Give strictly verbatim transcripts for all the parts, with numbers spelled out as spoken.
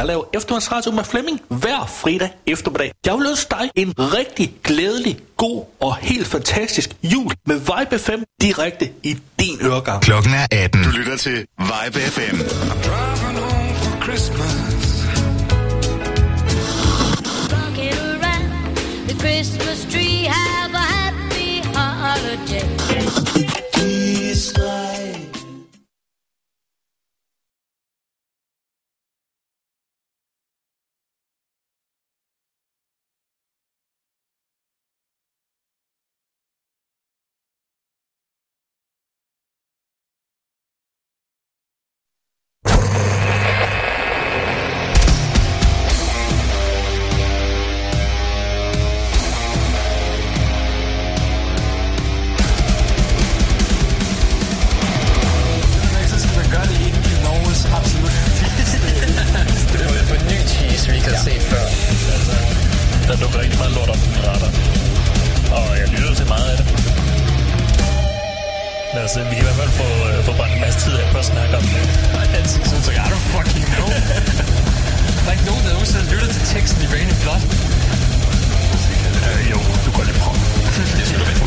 Jeg laver eftermiddagsradio med Flemming hver fredag eftermiddag. Jeg vil ønske dig en rigtig glædelig, god og helt fantastisk jul med Vibe F M direkte i din øregang. Klokken er atten. Du lytter til Vibe F M. I'm driving home for Christmas. Rocking around the Christmas tree, have a happy holiday. Peace light. Vi kan i hvert fald få, øh, få brændt en masse tid af på at snakke om det. Og han siger sådan, så I don't fucking know. Der er ikke nogen, der nogensinde lytter til teksten i Rain in Blood. Øh, jo, du går lige prøve. Det synes du ved.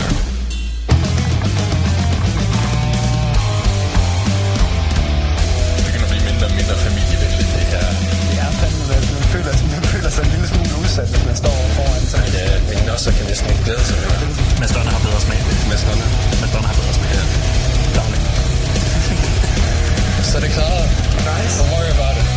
Det begynder at blive mindre og mindre familievenligt, det her. Det er fandme, at man føler, man føler sig en lille smule udsat, hvis man står foran sig. Ja, men også kan næsten ikke glæde sig. Mads Donner har bedre smag. Mads Donner. Mads Donner har bedre smag. Ja. Daglig. Så er det klaret. Nice. Don't worry about it.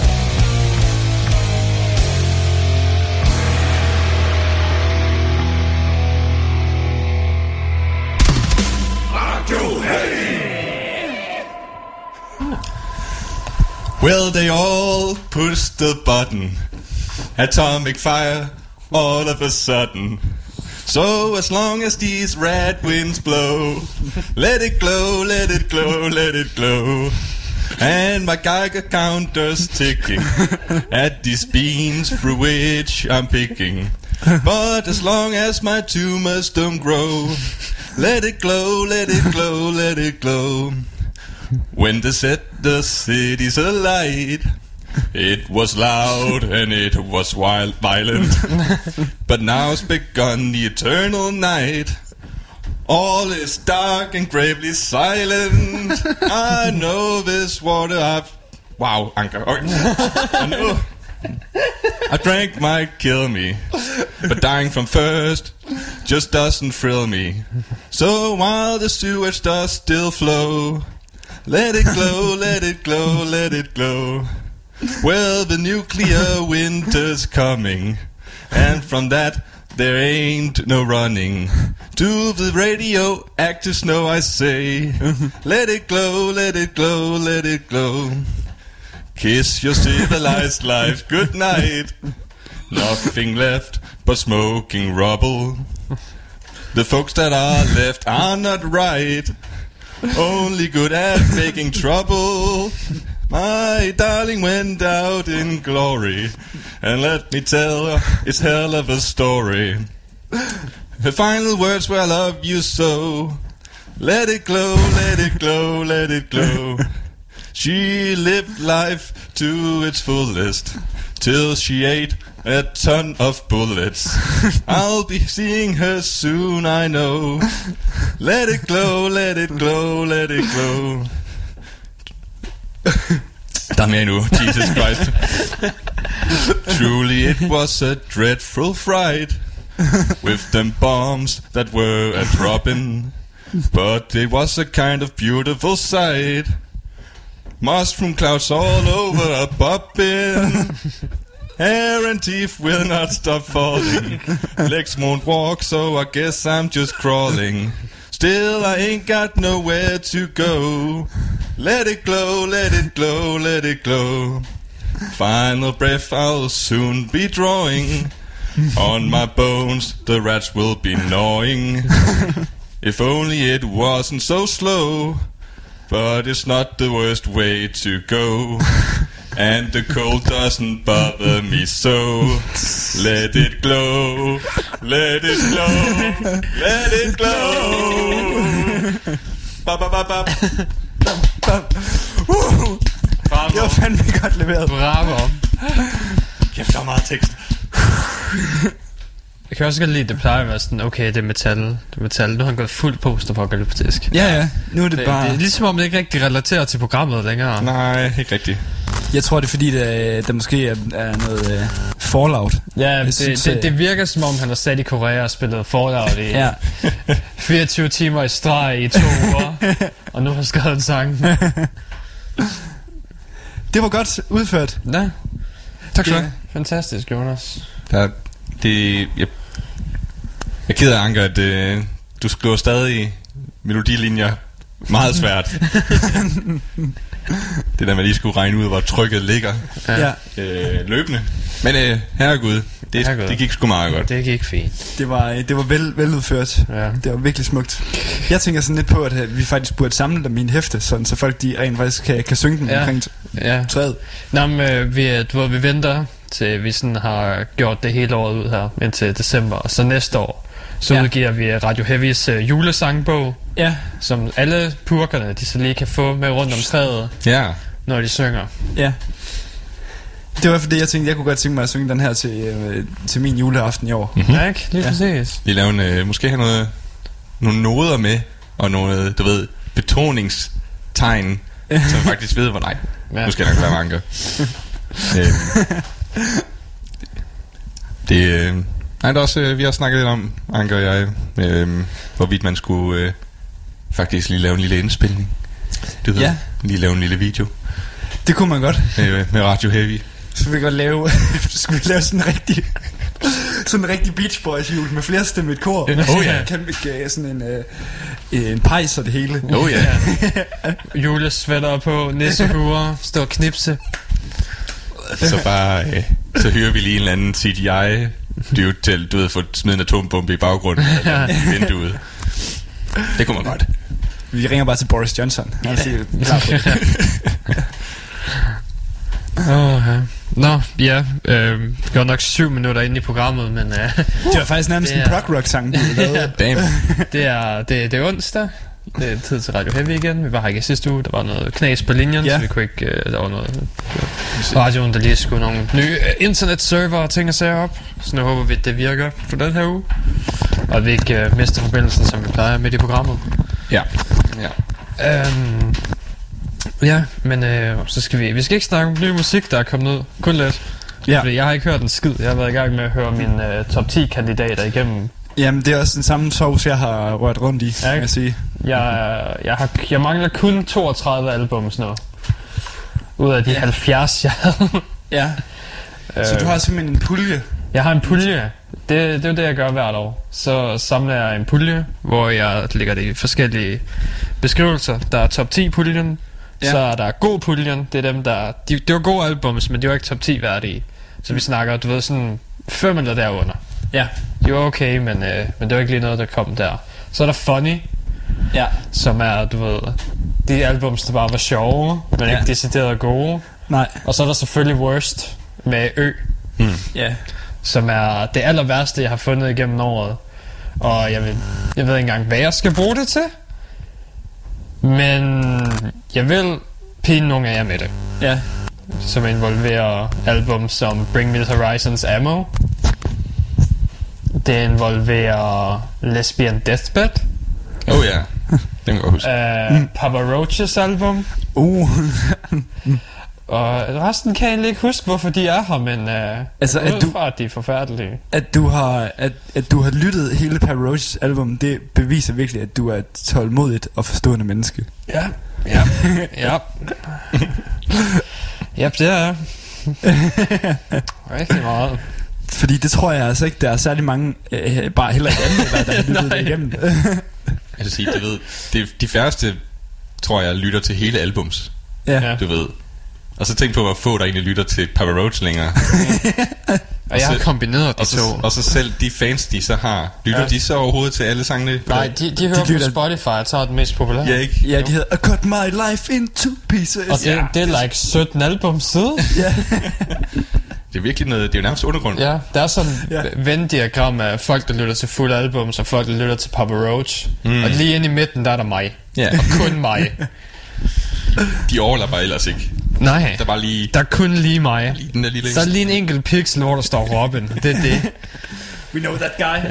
Well, they all push the button. Atomic fire all of a sudden. So as long as these red winds blow, let it glow, let it glow, let it glow. And my Geiger counter's ticking at these beans through which I'm picking. But as long as my tumors don't grow, let it glow, let it glow, let it glow. When they set the cities alight, it was loud and it was wild, violent. But now's begun the eternal night. All is dark and gravely silent. I know this water I've... Wow, Anker. Okay. I know. A drink might kill me, but dying from thirst just doesn't thrill me. So while the sewage does still flow, let it glow, let it glow, let it glow. Well, the nuclear winter's coming, and from that there ain't no running. To the radioactive snow I say, let it glow, let it glow, let it glow. Kiss your civilized life good night. Nothing left but smoking rubble. The folks that are left are not right, only good at making trouble. My darling went out in glory, and let me tell it's hell of a story. Her final words were, I love you so. Let it glow, let it glow, let it glow. She lived life to its fullest, till she ate a ton of bullets. I'll be seeing her soon, I know. Let it glow, let it glow, let it glow. Der er mere endnu, Jesus Christ. Truly it was a dreadful fright, with them bombs that were a-dropping. But it was a kind of beautiful sight. Mushroom clouds all over a poppin'. Hair and teeth will not stop falling. Legs won't walk, so I guess I'm just crawling. Still I ain't got nowhere to go. Let it glow, let it glow, let it glow. Final breath I'll soon be drawing. On my bones the rats will be gnawing. If only it wasn't so slow. But it's not the worst way to go. And the cold doesn't bother me so. Let it glow, let it glow, let it glow. Ba ba ba ba. Uh, det var fandme godt leveret. Bravo. Kæft, der er meget tekst. Jeg kan også godt lide, at det plejer at være sådan, okay, det er metal, det er metal. Nu har han gået fuldt post-apokalyptisk. Ja, ja, nu er det, Det, bare... det er ligesom om det ikke rigtig relaterer til programmet længere. Nej, ikke rigtigt. Jeg tror, det er fordi, der, der måske er, er noget uh, Fallout. Ja, det, synes, det, det virker som om, han har sat i Korea og spillet Fallout i Ja. fireogtyve timer i streg i to uger. Og nu har han skrevet en sang. Det var godt udført. Ja, Tak skal du ja, have. fantastisk, Jonas. Der, det, jeg, jeg er ked af, Anker, at øh, du skriver stadig melodilinjer meget svært. Det der med lige skulle regne ud, hvor trykket ligger Ja. øh, løbende. Men øh, herregud, det, Herregud. det gik sgu meget godt. Det gik fint. Det var, det var vel, veludført. Ja. Det var virkelig smukt. Jeg tænker sådan lidt på, at øh, vi faktisk burde samle dem i en hæfte, sådan, så folk de rent faktisk kan, kan synge dem Ja. omkring Ja. træet. Nå, men øh, vi, du ved, vi venter til vi sådan har gjort det hele året ud her indtil december. Og så næste år, så Ja. udgiver vi Radio Heavys øh, julesangbog, Ja. som alle purkerne, de så lige kan få med rundt om træet, Ja, når de synger. Ja. Det var fordi, jeg tænkte, jeg kunne godt tænke mig at synge den her til, øh, til min juleaften i år. Mhm. Ja, ikke? Lige Ja. præcis. vi laver en, øh, måske have noget, nogle noder med, og noget, du ved, betoningstegn, så man faktisk ved, hvor nej, Ja. nu skal jeg nok være med Anker. øhm, det, øh, nej, der er også, øh, vi har snakket lidt om, Anker og jeg, øh, hvorvidt man skulle øh, faktisk lige lave en lille indspilning. Du ved, Ja. lige lave en lille video Det kunne man godt. øh, med Radio Heavy. Så ville vi godt lave, så skulle vi lave sådan en rigtig, sådan en rigtig Beach Boys jul med flerstemmet kor. Oh ja. Kan vi øh, sådan en, øh, en pejs og det hele. Oh ja. Julesvætter på, nissehuer, stå og knipse. Så bare, øh, så hører vi lige en eller anden C G I dude til, du ved, få smidt en atombombe i baggrunden af vinduet. Det kunne man godt. Vi ringer bare til Boris Johnson. Han er sikkert klar på det. Åh, ja. Nå, ja, øh, vi går nok syv minutter ind i programmet, men øh, Det var faktisk nærmest Det en er- prog-rock-sang, du lavede. Damn. det, er, det, det er onsdag. Det er tid til Radio Heavy igen. Vi var her ikke i sidste uge. Der var noget knas på linjen, Ja. så vi kunne ikke... Øh, der var noget... Øh, radioen, der lige skulle nogle nye øh, internetserver og ting og sager op. Så nu håber vi, at det virker for den her uge. Og at vi ikke øh, mister forbindelsen, som vi plejer midt i programmet. Ja. Ja. Øhm, ja, men øh, så skal vi... Vi skal ikke snakke om ny musik, der er kommet ud. Kun lidt. Ja. Fordi jeg har ikke hørt en skid. Jeg har været i gang med at høre mine øh, top ti kandidater igennem. Jamen, det er også den samme sovs, jeg har rørt rundt i, Ja, kan jeg sige. Jeg, jeg, har, jeg mangler kun toogtredive albums nu. Ud af de Ja. halvfjerds, jeg havde. Ja. Så Øh, du har simpelthen en pulje. Jeg har en pulje. Det, det er jo det, jeg gør hvert år. Så samler jeg en pulje, hvor jeg lægger det i forskellige beskrivelser. Der er top ti puljen. Ja. Ja. Så er der god puljen. Det er dem, der... De, det var gode albums, men de var ikke top ti værdige. Så vi snakker, du ved, sådan fem eller derunder. Ja. De var okay, men, øh, men det var ikke lige noget, der kom der. Så er der Funny, Ja. som er, du ved, de albums, der bare var sjove, men Ja. ikke decideret gode. Nej. Og så er der selvfølgelig Worst med Ø, Ja. som er det aller værste, jeg har fundet igennem året. Og jeg ved, jeg ved ikke engang, hvad jeg skal bruge det til. Men jeg vil pine nogle af jer med det. Ja. Som involverer album som Bring Me The Horizons Ammo. Det involverer Lesbian Deathbed. Oh ja. Det kan jeg godt huske. Uh, Papa Roaches album. Uh. Og resten kan jeg egentlig ikke huske, hvorfor de er her, men uh, Altså, at ud du- fra, at de er forfærdelige. At du har at, at du har lyttet hele Papa Roach's album, det beviser virkelig, at du er et tålmodigt og forstående menneske. Ja, ja, ja. Ja, det er jeg. Rigtig meget. Fordi det tror jeg altså ikke, der er særlig mange, øh, bare heller ikke andre, der har lyttet Nej. det igennem. Jeg vil sige, du ved, det, de færreste, tror jeg, lytter til hele albums, Ja. Ja. du ved. Og så tænk på, hvor få der egentlig lytter til Papa Roach længere. Og jeg har så- kombineret de Og så, to. og så selv de fans, de så har, lytter Ja. de så overhovedet til alle sangene? Nej, de, de hører de på lytter- Spotify, og tager den mest populære. Ja, ikke? Ja, de hedder I Cut My Life Into Pieces. Og det, det er like sytten album siden. Ja. Det er virkelig noget, det er jo nærmest undergrund. Ja, der er sådan Ja. ja. Venn-diagram af folk, der lytter til fuld albums, og folk, der lytter til Papa Roach. Mm. Og lige inde i midten, der er der mig. Ja. Og kun mig. De overlapper ellers ikke. Nej, Der er bare lige... der er kun lige mig. Lige den der lille... Så er lige en enkelt pixel, hvor der står Robin. Det er det. We know that guy.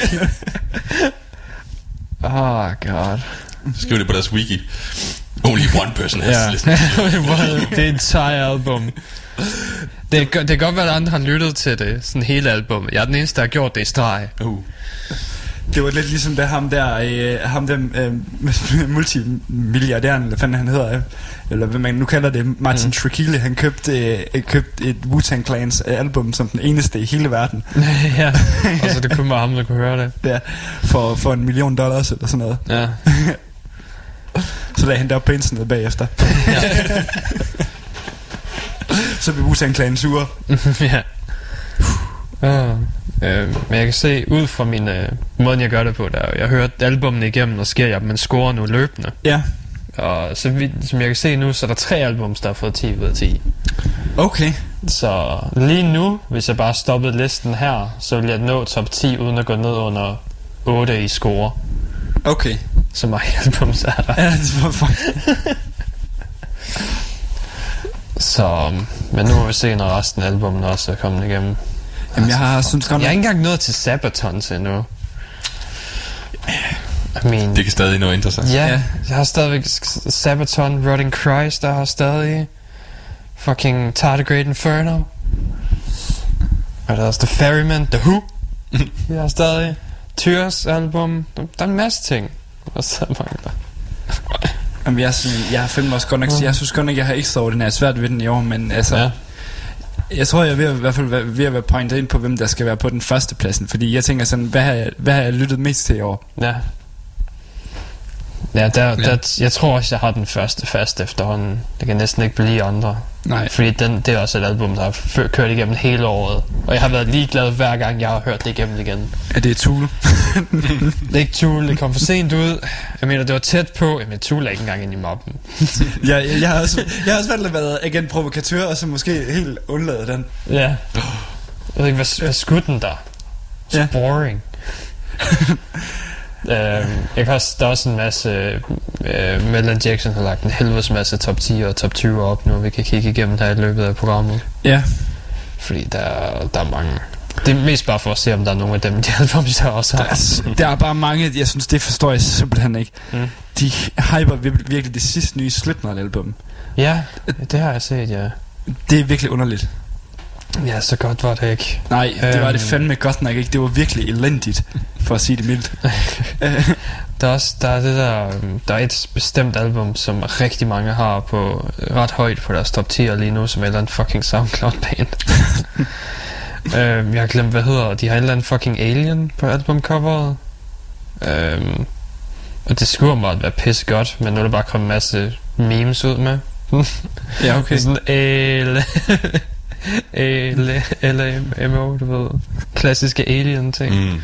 Oh god. Skriv det på deres wiki. Only one person has Ja. listened. Det er entire album. Det, det kan godt være, at andre har lyttet til det. Sådan hele album. Jeg er den eneste, der har gjort det i streg. Uh. Det var lidt ligesom da ham der, øh, ham der øh, multimilliardæren, eller hvad fanden han hedder, øh, eller hvad man nu kalder det, Martin mm. Shkreli, han købte, øh, købte et Wu-Tang Clans album som den eneste i hele verden. Ja, og så det kun var ham, der kunne høre det. Ja, for, for en million dollars eller sådan noget. Ja. Så lagde han der op på internet bagefter. Ja. Så blev Wu-Tang Clan sure. Ja. Uh, øh, men jeg kan se ud fra min øh, måden jeg gør det på der, jeg hører albumene igennem og sker jeg men scorer nu løbende. Ja. Og så vidt som jeg kan se nu, så er der tre albums der har fået ti ud af ti. Okay. Så lige nu, hvis jeg bare stoppede listen her, så vil jeg nå top ti uden at gå ned under otte i score. Okay. Så mange albums er der. Ja, det var fuck. Så, men nu må vi se, når resten af albumene også er kommet igennem. Jamen, jeg har synes godt Jeg er ikke engang nået til Sabaton til nu. I mean, Det kan stadig nå interessant. ja, Ja. jeg har stadigvæk Sabaton, Rotting Christ, der har stadig fucking Tardigrade Inferno. Og der er også The Ferryman, The Who. Jeg har stadig Tyrs album. Der er en masse ting. Og så mangler. Jamen, jeg, sådan, jeg har fandme også godt nok, jeg synes godt nok, jeg har ekstraordinært svært ved den i år, men altså, Ja. jeg tror, jeg er ved, at- i hvert fald ved, ved at være pointet ind på, hvem der skal være på den første pladsen, fordi jeg tænker sådan, hvad har jeg, hvad har jeg lyttet mest til i år? Ja. Ja, der, der, jeg tror også, jeg har den første fast efterhånden. Det kan næsten ikke blive andre. Nej. Fordi den, det er også et album, der har før- kørt igennem hele året. Og jeg har været ligeglad hver gang, jeg har hørt det igennem igen. Er det Tool? Det er ikke Tool, det kom for sent ud. Jeg mener, det var tæt på. Jamen, Tool er ikke engang inde i mobben. jeg, jeg, jeg, har også, jeg har også valgt at være agent provokatør, og så måske helt undladet den. Ja. Jeg ved ikke, hvad, hvad skulle den der? Ja. Boring. øhm, jeg kan også, der er også en masse øh, Metal Jackson har lagt en helvedes masse top ti og top tyve op nu, vi kan kigge igennem her i løbet af programmet. Ja. Fordi der, der er mange. Det er mest bare for at se, om der er nogle af dem, de albums, jeg også har. Der er, der er bare mange, jeg synes, det forstår jeg simpelthen ikke. Mm. De hyper vir- virkelig det sidste nye Slipknot-album. Ja, det har jeg set, ja. Det er virkelig underligt. Ja, så godt var det ikke. Nej, det Øhm. var det fandme godt nok ikke. Det var virkelig elendigt, for at sige det mildt. Der er også der er det der, øhm, der er et bestemt album, som rigtig mange har på ret højt på deres top tier lige nu, som er et eller andet fucking SoundCloud-band. øhm, jeg har glemt, hvad hedder. De har et eller andet fucking alien på albumcoveret. Øhm, og det skulle bare være pisse godt, men nu er der bare kommet en masse memes ud med. Ja, okay. Sådan L L L M O, du ved, klassiske alien ting. Mm.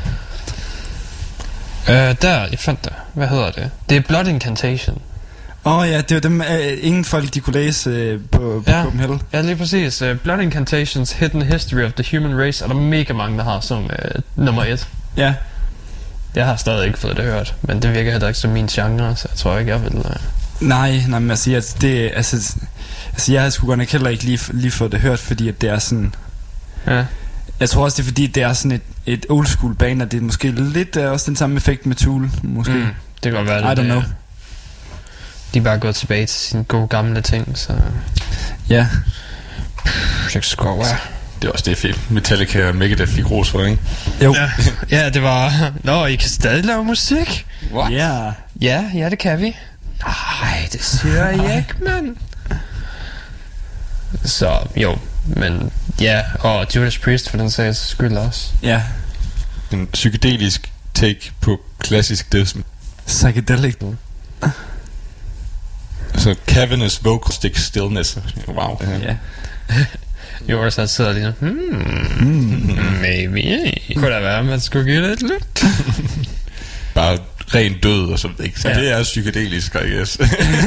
Øh, der, jeg fandt det. Hvad hedder det? Det er Blood Incantation. Åh oh, ja, det var dem, uh, ingen folk, de kunne læse uh, på, på Ja. Copenhagen. Ja, lige præcis. Uh, Blood Incantations Hidden History of the Human Race er der mega mange, der har som uh, nummer et. Ja. Jeg har stadig ikke fået det hørt, men det virker heller ikke som min genre, så jeg tror ikke, jeg vil... Uh... Nej, nej, men altså, jeg, det, altså, altså jeg har sgu godt nok heller ikke lige, lige fået det hørt, fordi at det er sådan... Ja. Jeg tror også, det er fordi, det er sådan et, et old school band, og det er måske lidt uh, også den samme effekt med Tool, måske. Mm, det kan godt være, det I don't know. De er bare gået tilbage til sine gode gamle ting, så... Ja. Jeg skal være. Det er også det fedt. Metallica og Megadeth fik ros for det, ikke? Jo. Ja, ja, det var... Nå, I kan stadig lave musik? What? Ja. Ja, ja, det kan vi. Nej, det siger jeg ikke, mand. Så, jo, men... Ja, og Judas Priest for den sags skyld også. Ja. En psykedelisk take på klassisk døds. Psychedelic. Så cavernous vocal stick stillness. Wow. Ja. Jonas han sidder lige nu. Hmm, maybe. Kunne da være, man skulle give det et lyt. Bare ren død og sådan, ikke? Så Ja. det er psykedelisk, I guess.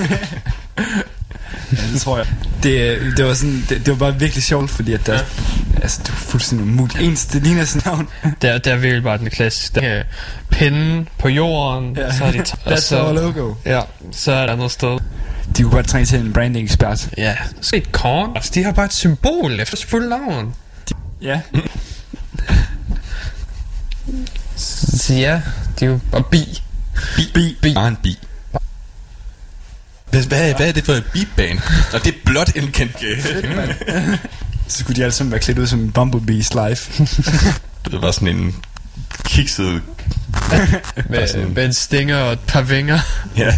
Ja, det tror jeg. Det, det var sådan, det, det var bare virkelig sjovt, fordi at der, ja. altså, det var fuldstændig umuligt. Ens, det ligner sådan navn. Der, der er virkelig bare den klassiske der, pinden på jorden. Ja. Så er de t- og That's så, our logo. Ja, så er der andet sted. De kunne godt trænge til en branding-ekspert. Ja, så et korn. Altså, de har bare et symbol efter fuld navn. Ja. Så ja, de er jo bare bi. Bi, bi, bi. Bare en bi. Hvad, hvad, hvad er det for et bi-band? Og det er blot en kendt. Så skulle de alle sammen være klædt ud som Bumblebees live. Det var sådan en kikset med, sådan... med en stinger og et par vinger. Ja.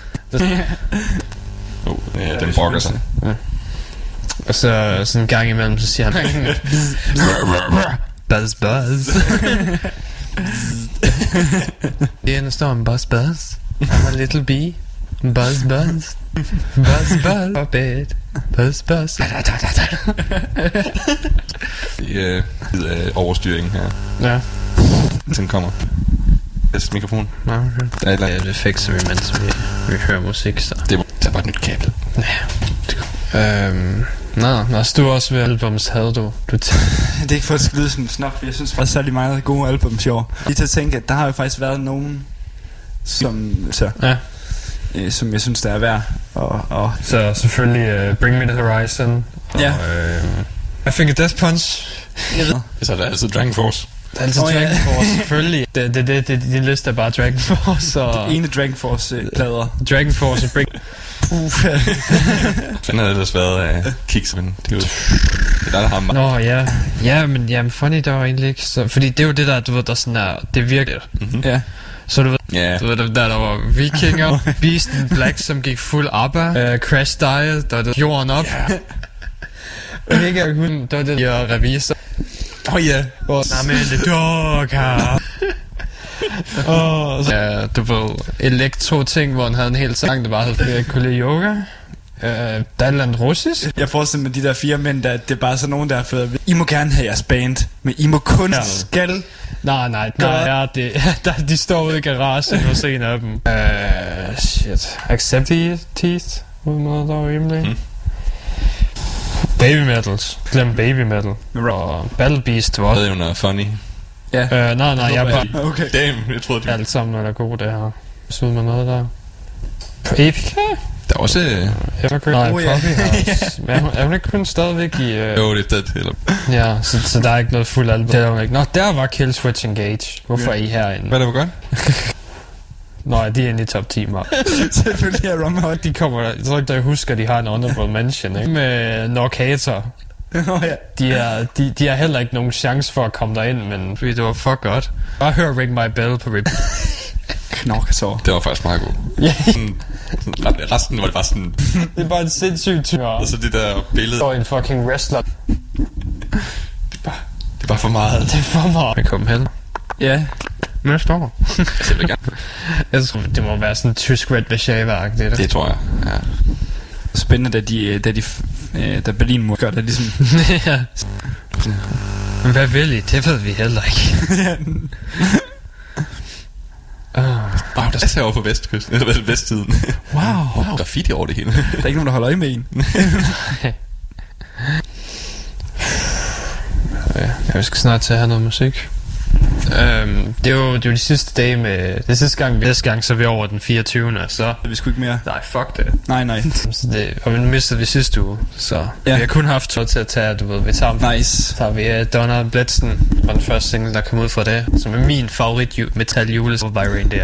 Oh, ja, den brokker sig. Ja. Og så sådan en gang imellem, så siger han buzz buzz. Det er, der står en buzz buzz. I'm a little bee. Buzz buzz. Buzz buzz. Up it. Buzz buzz. Det er overstyringen her. Ja. Den kommer. Bedste mikrofon. Nå, okay. Ja, det fikser vi, mens vi, vi hører musik, så. Det var, det var et nyt kabel. Ja. Øhm, nå, når du også ved albums havde du, du t- Det er ikke for at skride som snop. Jeg synes faktisk særlig meget gode albums i år. Lige til at tænke, at der har jo faktisk været nogen, som, så, ja. øh, som jeg synes, der er værd. Og, og så selvfølgelig uh, Bring Me The Horizon. Og, ja. øh, I Think Death Punch. Jeg ved. Så er der altid Dragon Force. Der er altid oh, Dragon ja. Force, selvfølgelig. Det, det, det, det, din liste er bare Dragon Force og... Det ene Dragon Force-plader. Uh, Dragon Force og Bring... Uff. Fanden havde ellers været af uh, Kicks, men det er jo... Det er der, der har mig. Nå, ja. Ja, men jamen, funny, der var egentlig ikke så... Fordi det er jo det der, du ved, der sådan er... Det virker. Mm-hmm. Ja. Så du ved, yeah. du ved der, der var Vikinger, Beast in Black, som gik fuld ABBA, uh, Crash Diet, der var det jorden op. Yeah. Mega hun, der var det der revisor. Åh oh, ja. Nej, men det dog her. Og ja, du ved, elektro-ting, hvor han havde en hel sang, der bare hed Jeg kunne lide yoga. Uh, der er et eller andet russisk. Jeg forestiller med de der fire mænd, der, det er bare sådan nogen, der har fået I må gerne have jeres band, men I må kun ja. skal... Nej, nej, nej, ja, det, der, de står ude i garagen og ser en af dem. Uh, shit. Accept Teeth, uden noget, der var rimelig. Hmm. Baby Metals. Glem Baby Metal. Og Battle Beast var også. Det er jo noget funny. Ja. Uh, nej, nej, jeg er bare... Okay. Damn, jeg troede det. Alt sammen er gode, det her. Så ud med noget der. På Epica? Der er også... Evergreen. Nej, oh, Poppy House. Men er hun ikke kun stadigvæk i... Uh... Jo, det er det. Eller... Ja, så, så der er ikke noget fuld album. Det er hun ikke. Nå, der var Killswitch Engage. Hvorfor yeah. er I herinde? Hvad er det, var godt? Nå, de er inde i top ti, Mark. Selvfølgelig er Rum Hot. De kommer... Jeg tror ikke, der husker, de har en honorable mention, ikke? Med Norcator. Oh, ja. De, er, de, de har heller ikke nogen chance for at komme derind, men fordi det var fuck godt. Bare hør Ring My Bell på rip. Knorkesår. Det var faktisk meget god. Ja. Sådan, resten var det bare sådan... Det er bare en sindssyg tyr. Og så det der billede... Og en fucking wrestler. Det er bare, det er bare for meget. Det er for meget. Jeg kom hen. Ja. Men jeg står. Jeg vil gerne. Jeg tror, det må være sådan en tysk Red Vashava-agtigt. Det, det tror jeg, ja. Spændende, da de, da de, da Berlin gør det ligesom. Ja. Men hvad vil I? Det ved vi heller ikke. Åh, oh, der er over på vestkysten, eller vesttiden. Wow, wow. Graffiti over det hele. Der er ikke nogen, der holder øje med en. Ja, jeg skal snart til at have noget musik. Um, det er jo det er jo de sidste dage med det sidste gang, næste gang så er vi over den fireogtyvende så vi skulle ikke mere. Nej, fuck det. Nej, nej. Så det, og vi mistede vi sidste uge, så ja. Vi har kun haft to til at tage, du ved, vi tager nice. tager vi uh, Donna Blitzen og den første single der kom ud fra det, som er min favorit ju- metal jules by Reindeer.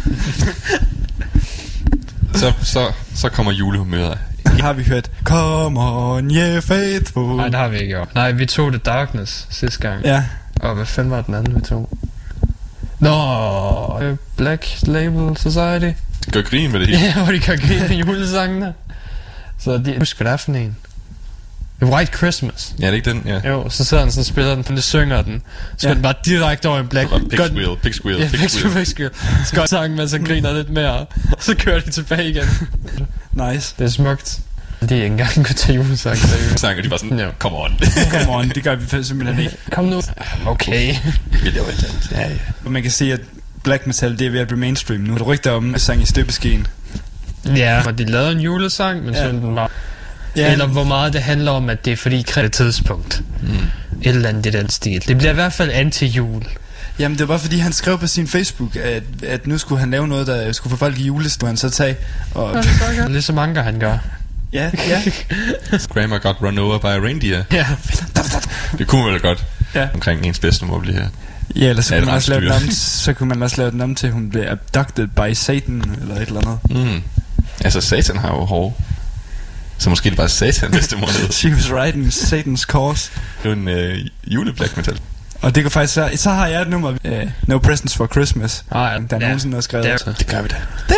så så så kommer julehumøret. Har vi hørt Come on, yeah, faithful? Nej, det har vi ikke gjort. Nej, vi tog The Darkness sidste gang. Ja. Og hvad fanden var den anden, vi tog? Nå, uh, Black Label Society. De gør grin med det hele. Ja, hvor de gør grin med julesangene. Så de husk, hvad det er for en. White Christmas. Ja, det er ikke den, ja. Jo, så sidder han sådan og spiller den, og det synger den. Så ja. Den bare direkte over en Black. Pig squeal, pig squeal, ja, pig squeal, pig squeal. Så går sangen, men så griner lidt mere. Og så kører de tilbage igen. Nice. Det er smukt. De ikke engang kunne tage julesang. Sanger de bare sådan, ja. Come on. Come on, det gør vi simpelthen ikke. Kom nu. Okay. Vi laver et andet. Ja, ja. Og man kan se, at black metal, det er ved at blive mainstream nu. Der rygter om, at sang i støbeskeen. Ja, og de lavede en julesang, men ja. Sådan den var... Ja. Eller hvor meget det handler om, at det er fordi kræver tidspunkt. Mm. Et eller andet i den stil. Det bliver i hvert fald anti-jul. Jamen det var fordi han skrev på sin Facebook, at, at nu skulle han lave noget, der skulle få folk i julestuen, så tage og... Ligesom Anker han gør. Ja, ja. Grandma got run over by a reindeer. Ja. Det kunne man vel godt. Ja. Omkring ens bedstemor bliver her. Ja, eller så Ja, kunne, man et også lave den rensdyr. om, så kunne man også lave den om til, hun blev abducted by Satan, eller et eller andet. Mm. Altså Satan har jo hår. Så måske det bare Satan bedstemor ned. She was riding Satan's course. Det er en øh, juleblack metal. Og det kan faktisk så, så har jeg et nummer, uh, No Presents for Christmas. Ah, ja. Der er Ja. nogensinde har skrevet. Det, Det gør vi da.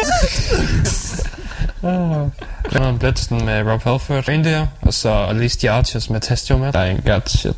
John Blitzen med Rob Halford, Reindeer, og så Alice the Archers med Testio med. Der er en godt shit.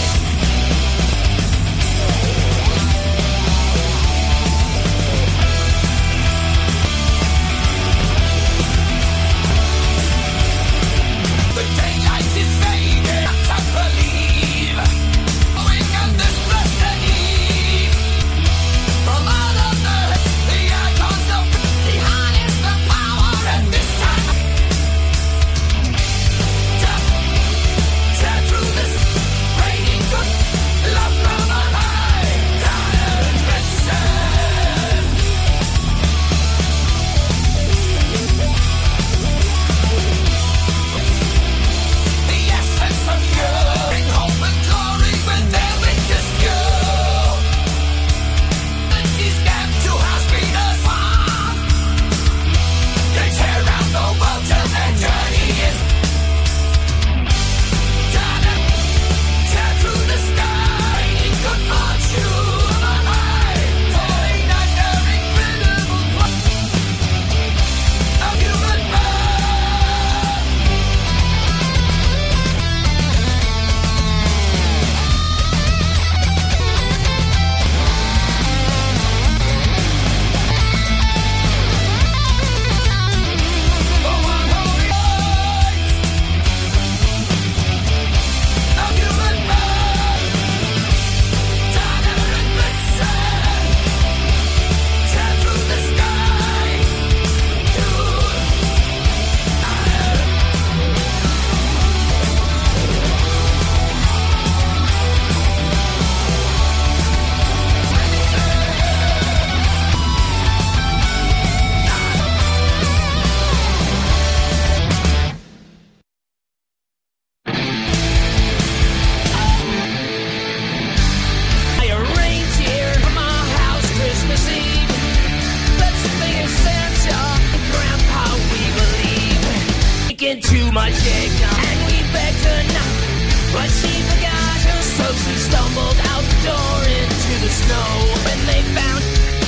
Too much eggnog, and we begged her not, but she forgot her, so she stumbled out the door into the snow. When they found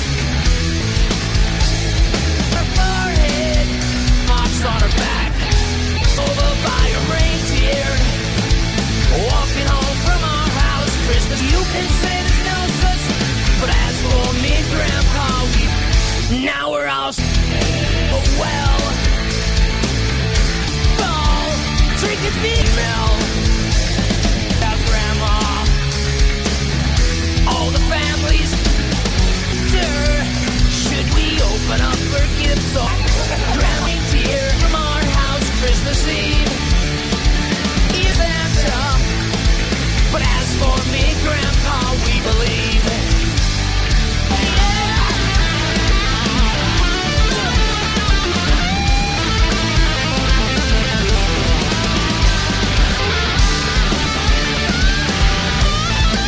her forehead, marks on her back, over by a reindeer, walking home from our house Christmas. You can say there's no such, but as for me and Grandpa, we now we're all oh well. Drinking female about Grandma. All the families. Sir, should we open up for gifts or drowning tear from our house Christmas Eve? Is Santa, but as for me, Grandpa, we believe.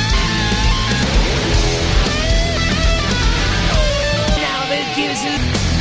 Gives it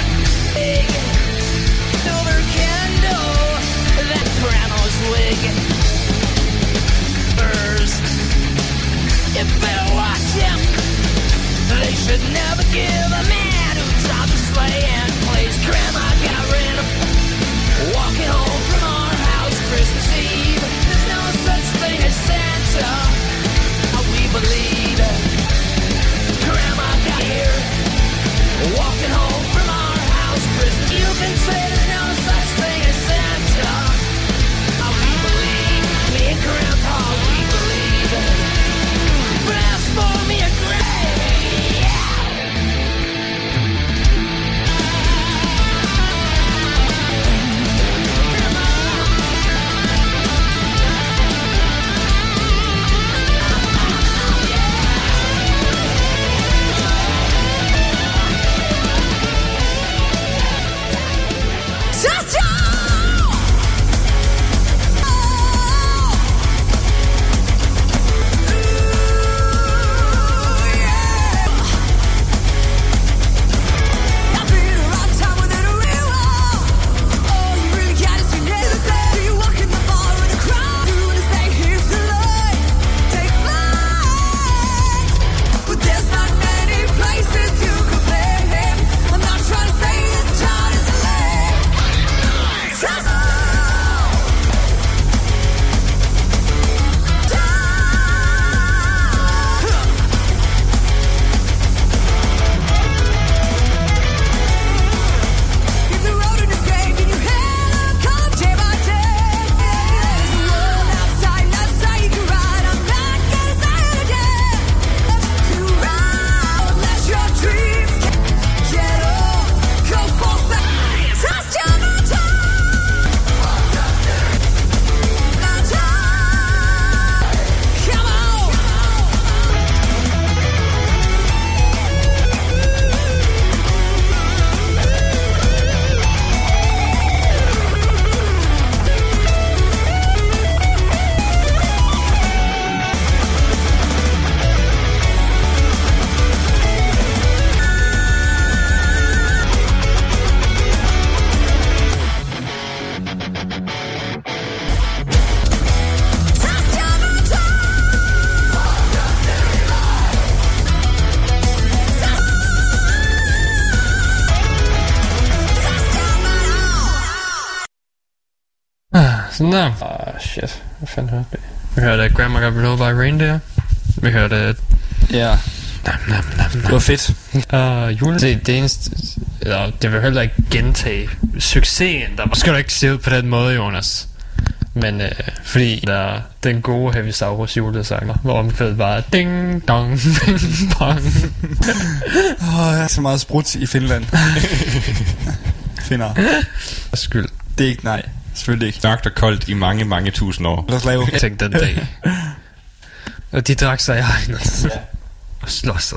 Nå. Ah, shit. Hvad fanden hørte vi? Vi hørte Grandma Got Run Over by Reindeer. Vi hørte... Ja. Nam, nam, nam, nam. Det var fedt. Uh, jule... Det, det eneste... Eller, det vil heller ikke gentage succesen. Der skal du ikke se ud på den måde, Jonas. Men øh, fordi der den gode Heavy Saurus julesanger, hvor omkvædet var ding dong ding dong. Åh, oh, jeg er så meget sprut i Finland. Finder. Skyld. Det er ikke, nej. Selvfølgelig ikke. Mørkt og koldt i mange, mange tusind år. Lad os lave. Jeg tænkte den dag. Og de drak sig i hegnet. Ja. Og slåssede.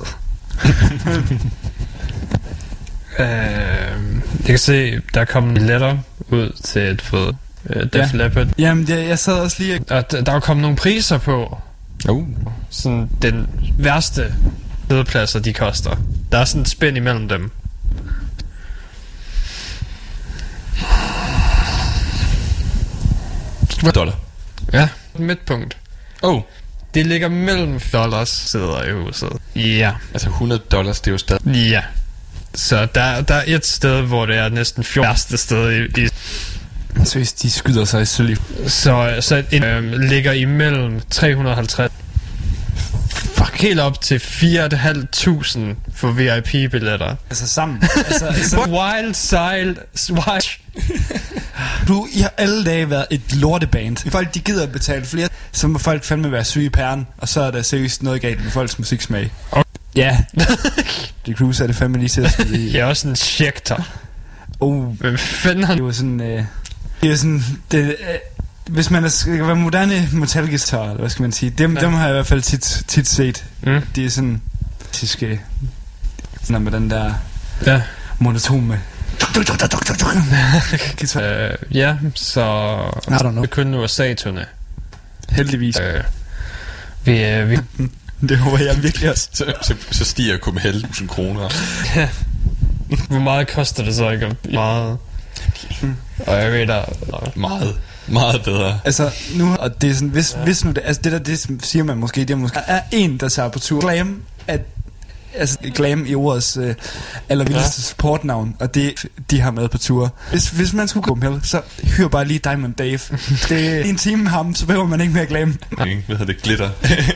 øh, jeg kan se, der er kommet billetter ud til et fod. Uh, Def ja. Leppard. Jamen, jeg, jeg sad også lige... Og d- der er kommet nogle priser på. Uh. Sådan den værste sædepladser, de koster. Der er sådan et spænd imellem dem. Dollar. Ja, midtpunkt. Oh. Det ligger mellem dollars sæder i huset. Ja. Altså hundrede dollars, det er jo stadig... Ja. Så der, der er et sted, hvor det er næsten fjortende sted i... i Seriøst, de skyder sig i sølv. Så, så en øh, ligger imellem tre hundrede og halvtreds. Fuck. Helt op til fire tusind fem hundrede for V I P-billetter. Altså sammen. Altså, altså. Wild Side Swatch. Du, I har alle dage været et lorteband. Folk, de gider at betale flere, så må folk fandme være syge i pæren. Og så er der seriøst noget galt med folks musiksmag. Okay. Ja. Det Cruise er det fandme lige til. Jeg er også en sjekter. Oh. Hvem fanden har... Det var sådan... Øh, det er sådan... Det, øh, hvis man er, skal være moderne metalguitar, eller hvad skal man sige, dem, ja. dem har jeg i hvert fald tit, tit set. Mm. De er sådan... De skal... Sådan med den der... Ja. Monotone. uh, ja, så... Vi kun U S A-turné. Heldigvis. Uh, vi, uh, vi... Det håber jeg virkelig også. Så, så, så stiger kun med halvt tusind kroner. Ja. Hvor meget koster det så ikke? Meget. Mm. Og jeg ved der... Meget. Meget bedre. Altså nu, og det er sådan, hvis, ja. hvis nu det, altså det der, det siger man måske, det er måske, er en, der tager på tur. Glam, at, altså Glam i ordets øh, allervildeste ja. supportnavn, og det, de har med på tur. Hvis, hvis man skulle gå med, så hyr bare lige Diamond Dave. Det er en time med ham, så behøver man ikke mere Glam. Hvad hedder det? Glitter.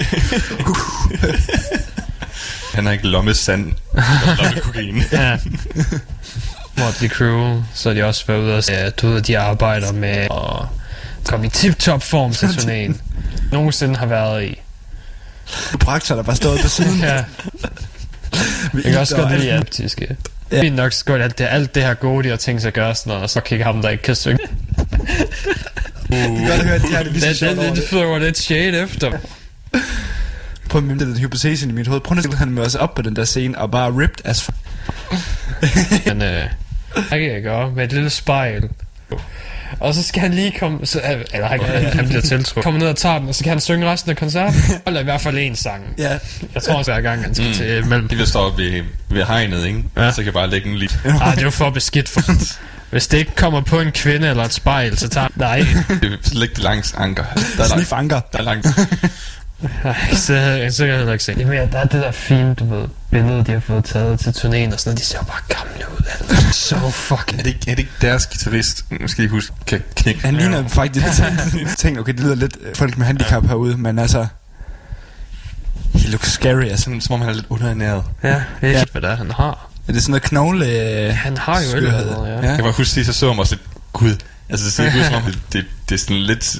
Han har ikke lommesand. Lommekokain. Ja. Motley Crue, så er de også været ude og sige, du ved, de arbejder med at komme i tip-top form til turnéen. Nogensinde har været i. Prakter, der bare stået på siden. Ja. Jeg kan også godt lide optiske. Det er nok godt alt det, alt det her gode, de har tænkt sig at gøre sådan noget, og så kigger ham, der ikke kan synge. Uh. Godt hørt, de har det lige så sjovt over det. Det flyver lidt shade efter. Prøv at minde den hypotese i mit hoved. Prøv at stille han med os op på den der scene, og bare ripped as f***. Men øh, jeg kan jeg gøre med et lille spejl. Og så skal han lige komme så, eller han, han bliver tiltrukket. Komme ned og tage den, og så kan han synge resten af koncerten. Eller i hvert fald en sang. Ja. Jeg tror også hver gang han skal mm. til mellem. De vil stå ved, ved hegnet, ikke? Ja. Så kan jeg bare lægge en lige. Ej, det er jo for beskidt for. Hvis det ikke kommer på en kvinde eller et spejl, så tager nej. Det vil lægge det langs anker. Der er snif anker. Der er langt. Nej, så, så kan jeg heller ikke se. Jamen, der er det der fine, du ved, billede, de har fået taget til turnéen og sådan noget. De ser jo bare gamle ud. Altså. So fucking... Er det, er det ikke deres guitarist, nu skal I huske, kan knække? Han ligner faktisk lidt. Tænk, okay, det lyder lidt folk med handicap herude, men altså... He looks scary, altså. Sådan, som om han er lidt underernæret. Ja, jeg ved ikke, hvad det er, han har. Er det sådan noget knogle... Øh, han har jo et ja. ja. Jeg kan bare huske, at så så ham også lidt... Gud, altså det ser ikke ud som om, det, det, det er sådan lidt...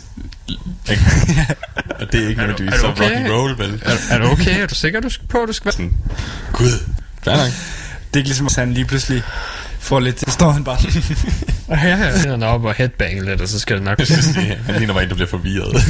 Og det er ikke nødvendigvis så rock and roll, vel? Er, er du okay? Er du sikker, du skal på, du skal... Sådan, Gud, hvad er det? Det er ikke ligesom, at han lige pludselig får lidt... Så står han bare... Ja, ja. Han er oppe og headbanger lidt, og så skal det nok... Han ligner bare en, der bliver forvirret.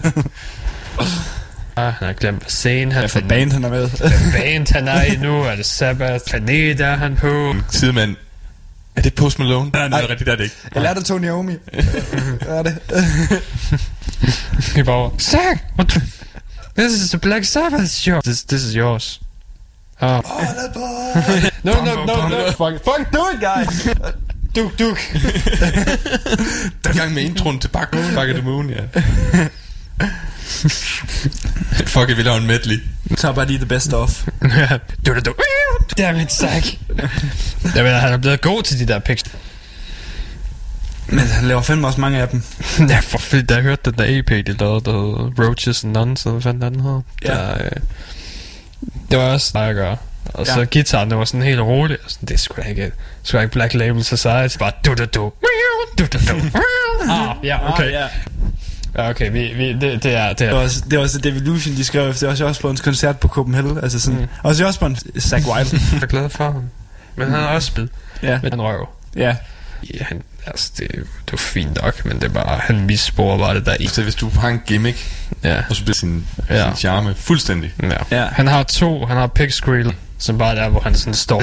Ah, han har glemt hvad scene han... Hvad for band han er med? Hvad band han er i nu? Er det Sabbath? Planet er han på? Sidemand. Er det Post Malone? Nej, nej, rigtigt, det er det ikke. Jeg lærte Tony Iommi. Hvad er det? Det er bare... Zach! This is the Black Sabbath show. This, this is yours. Oh. Oh, no, no, no, no. Fuck, fuck, do it, guys! Duk, duk. Der er gang med introen til Back, Back of the Moon, ja. Fuck, vi laver en medley. Nu tager bare lige the best of. Du, du, du. Damn it, Zach. Jeg ved, han er blevet god til de der picks. Men han laver fandme også mange af dem. Ja, for fedt, da jeg hørte den der E P, de lavede, der hed Roaches and Nuns, eller hvad fanden den hed. Ja. Der, øh, det var også der, jeg gør. Og ja. Så guitaren, det var sådan helt rolig. Og sådan, det er sgu da ikke, det er sgu da ikke Black Label Society. Bare du du du du du du. Ah, ja, okay. Ah, ja. Ja, okay, vi, vi, det, det er det er. Det var også, det var også Devolution, de skrev efter også også på en koncert på Copenhagen. Altså sådan, mm. også også på en Zack Wilde. Jeg er glad for ham. Men han har også spillet. Ja. Men han røv. Ja. Ja, han, altså det, det var fint nok, men det er bare, han missporer bare det der i. Så hvis du har en gimmick, ja. og så bliver sin, ja. sin charme fuldstændig. Ja. Ja. Han har to, han har Pig Squeal, som bare der, hvor han sådan står.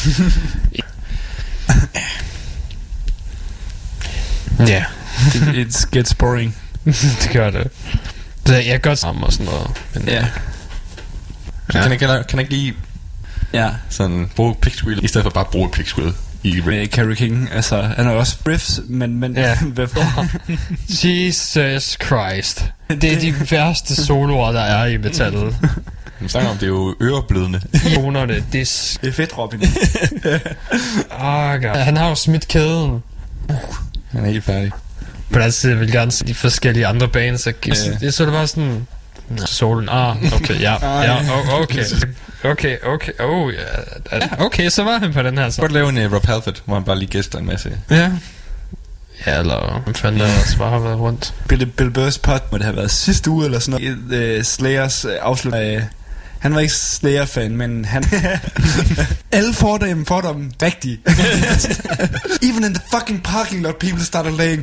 Ja. It gets boring. Det gør det. Så jeg kan godt sammen og sådan noget. Men ja. Ja. Kan jeg kan jeg ikke lige ja. sådan bruge Pig Squeal i stedet for bare at bruge Pig Squeal i med Kerry King. Altså han har også riffs, men men ja. hvorfor? Jesus Christ. Det er de værste soloer der er i metallet. Man snakker om det er jo øreblødende. Toner det. Det er, det er fedt, Robin. oh, God. Han har jo smidt kæden. Han er helt færdig. Men altså, jeg vil gerne se de forskellige andre bands. Så ja. Det så det bare sådan solen. Ah, okay, ja. Ja, oh, okay. Okay, okay. Oh, ja. Okay, så var han på den her så. Godt lave en uh, Rob Halford, hvor han bare lige gæster en masse. Ja. Ja, eller hvem fanden der også bare har været rundt. Bill, Bill Burrs pot må det have været sidste uge eller sådan noget. Uh, Slayers uh, afslutter. Uh, han var ikke Slayer-fan, men han... alle fordomme, fordomme, rigtige. Even in the fucking parking lot, people started laying.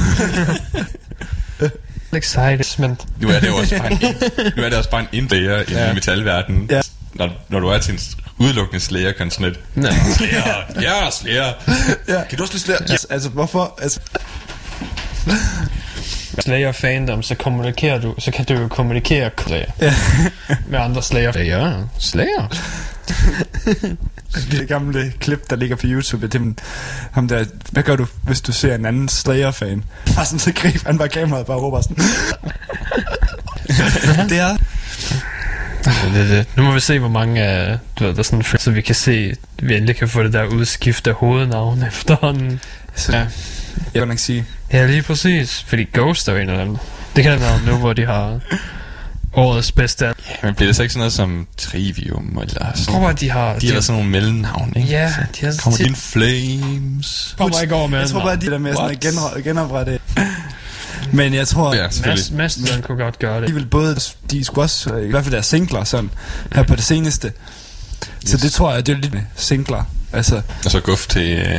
Excited, men... Nu er det jo også bare en, nu er det også bare en indlæger i ja. metalverdenen. Ja. Når, når du er til en udelukkende Slayer-konsulat. Ja. Slayer, ja, Slayer. Ja. Kan du også lide Slayer? Ja. Altså, hvorfor? Altså... Slayer fandom, så kommunikerer du, så kan du jo kommunikere ja. med andre Slayer. Ja, Slayer. Det gamle klip, der ligger på YouTube, det er ham der, hvad gør du, hvis du ser en anden Slayer-fan? Bare sådan, så greb han bare kameraet og bare råber sådan. Det er... Det, det, det. Nu må vi se, hvor mange af, du ved, der sådan, så vi kan se, vi endelig kan få det der udskift af hovednavn efterhånden. Så, ja. Jeg kan ikke sige. Ja, lige præcis. Fordi Ghost er en af dem. Det kan det være nu, hvor de har årets bedste. Ja, men bliver det så ikke sådan noget som Trivium eller sådan? Jeg tror bare, de har... De har sådan nogle mellemnavn, ikke? Ja, de har... Kommer In Flames. Kommer ikke over med. Jeg tror bare, de der med sådan at genre- genoprette. Men jeg tror... Ja, Mastodon kunne godt gøre det. De vil både... De skulle også... I hvert fald deres singler sådan. Her på det seneste. Yes. Så det tror jeg, det er lidt med singler. Altså... Og så guf til... Uh...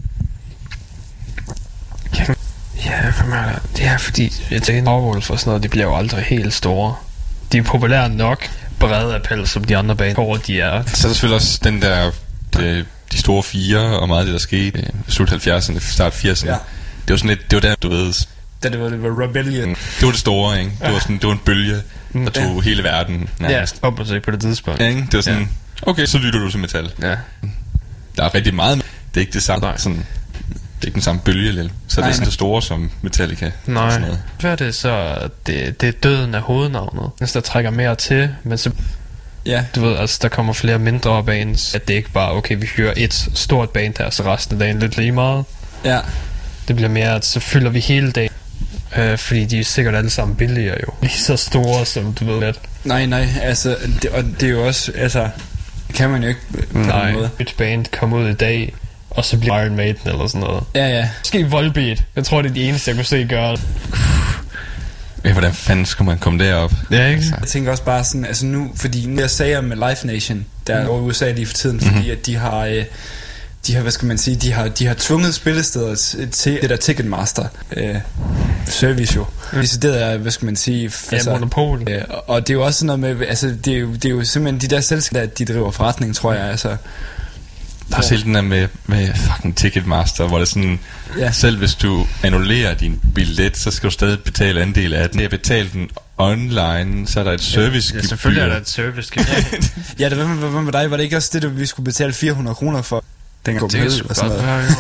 Ja, det er fordi jeg tænker Overwolf og sådan noget, de bliver jo aldrig helt store. De er populære nok, brede appel som de andre baner, hvor de er. Så er der selvfølgelig også den der de, de store fire og meget af det der skete i slut halvfjerdserne, start firserne. Ja. Det var sådan lidt, det var der du ved. Da det var, det var Rebellion. Det var det store, ikke? Det var sådan, det var en bølge, der tog ja. hele verden. Ja, op og se på det tidspunkt. Ja, ikke? Det var sådan, ja. Okay, så lytter du til metal. Ja. Der er rigtig meget, det er ikke det samme. Sådan, det er ikke den samme bølge, så nej, det er sådan det store som Metallica. Nej, så er det så, det, det er døden af hovednavnet. Hvis der trækker mere til, men så, ja. Du ved, altså der kommer flere mindre bands, at det ikke bare, okay, vi hører et stort band her, så resten af dagen lidt lige meget. Ja. Det bliver mere, at så fylder vi hele dagen, øh, fordi de er sikkert alle sammen billigere jo. Lige så store, som du ved lidt. Nej, nej, altså, det, og det er jo også, altså, kan man jo ikke på nej, den måde. et band kom ud i dag, og så bliver Iron Maiden eller sådan noget. Ja, ja. Måske Volbeat. Jeg tror, det er de eneste, jeg kunne se gøre det. Ja, hvordan fanden skal man komme derop? Ja, ikke? Jeg tænker også bare sådan, altså nu, fordi nu jeg sagde med Live Nation, der er over i U S A lige for tiden, fordi mm-hmm. at de har, øh, de har, hvad skal man sige, de har, de har tvunget spillesteder til det der Ticketmaster øh, service jo. Mm. Det er, hvad skal man sige, ja, altså, monopol. Øh, og det er jo også sådan noget med, altså det er jo, det er jo simpelthen de der selskaber, de driver forretning, tror jeg, altså. Der er selv den der med, med fucking Ticketmaster, hvor det sådan, ja. Selv hvis du annullerer din billet, så skal du stadig betale en del af den. Når jeg betaler den online, så er der et servicegebyr. Ja, selvfølgelig er der et servicegebyr. Ja, det var med, med, med dig, var det ikke også det, at vi skulle betale fire hundrede kroner for? Den det er sgu godt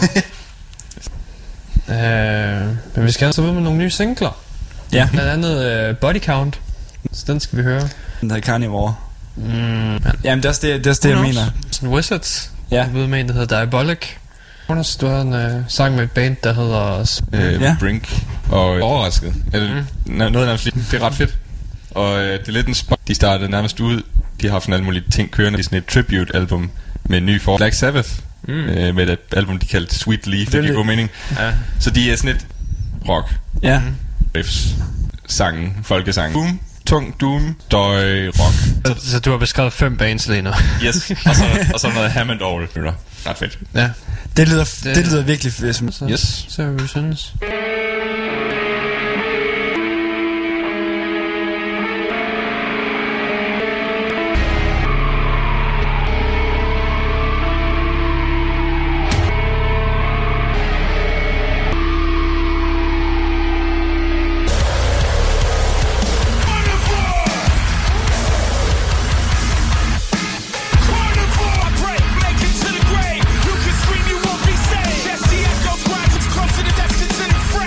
være, jo. uh, Men vi skal altså ud med nogle nye singler. Ja. Blandt andet uh, Body Count. Så den skal vi høre. Den der Carnivore. Mm, Jamen det er også det, det, er også det jeg mener. Sådan Wizards. Ja. Jeg ved med en, der hedder Diabolic. Hun har stået en uh, sang med et band, der hedder øh, Ja. Brink. Og øh, overrasket. Eller, mm. noget nærmest lige. Det er ret fedt. Og øh, det er lidt en spot. De startede nærmest ud. De har haft en alle mulige ting kørende. Det er sådan et tribute-album med en ny for Black Sabbath. Mm. Øh, med et album, de kaldte Sweet Leaf. Det giver god mening. Ja. Så de er sådan et rock. Ja. Mm. Riffs. Sangen. Folkesangen. Boom. Tung, doom, døj, rock. Så, så du har beskrevet fem bands lige nu. Yes. Og så, og så noget Hammond Orgel. Ret fedt. Ja. Det lyder, det, det lyder virkelig fedt. Så, yes. Så vil vi synes. Make it to the grave. You can scream, you won't be saved. That's the echo cries. It's close to the destiny.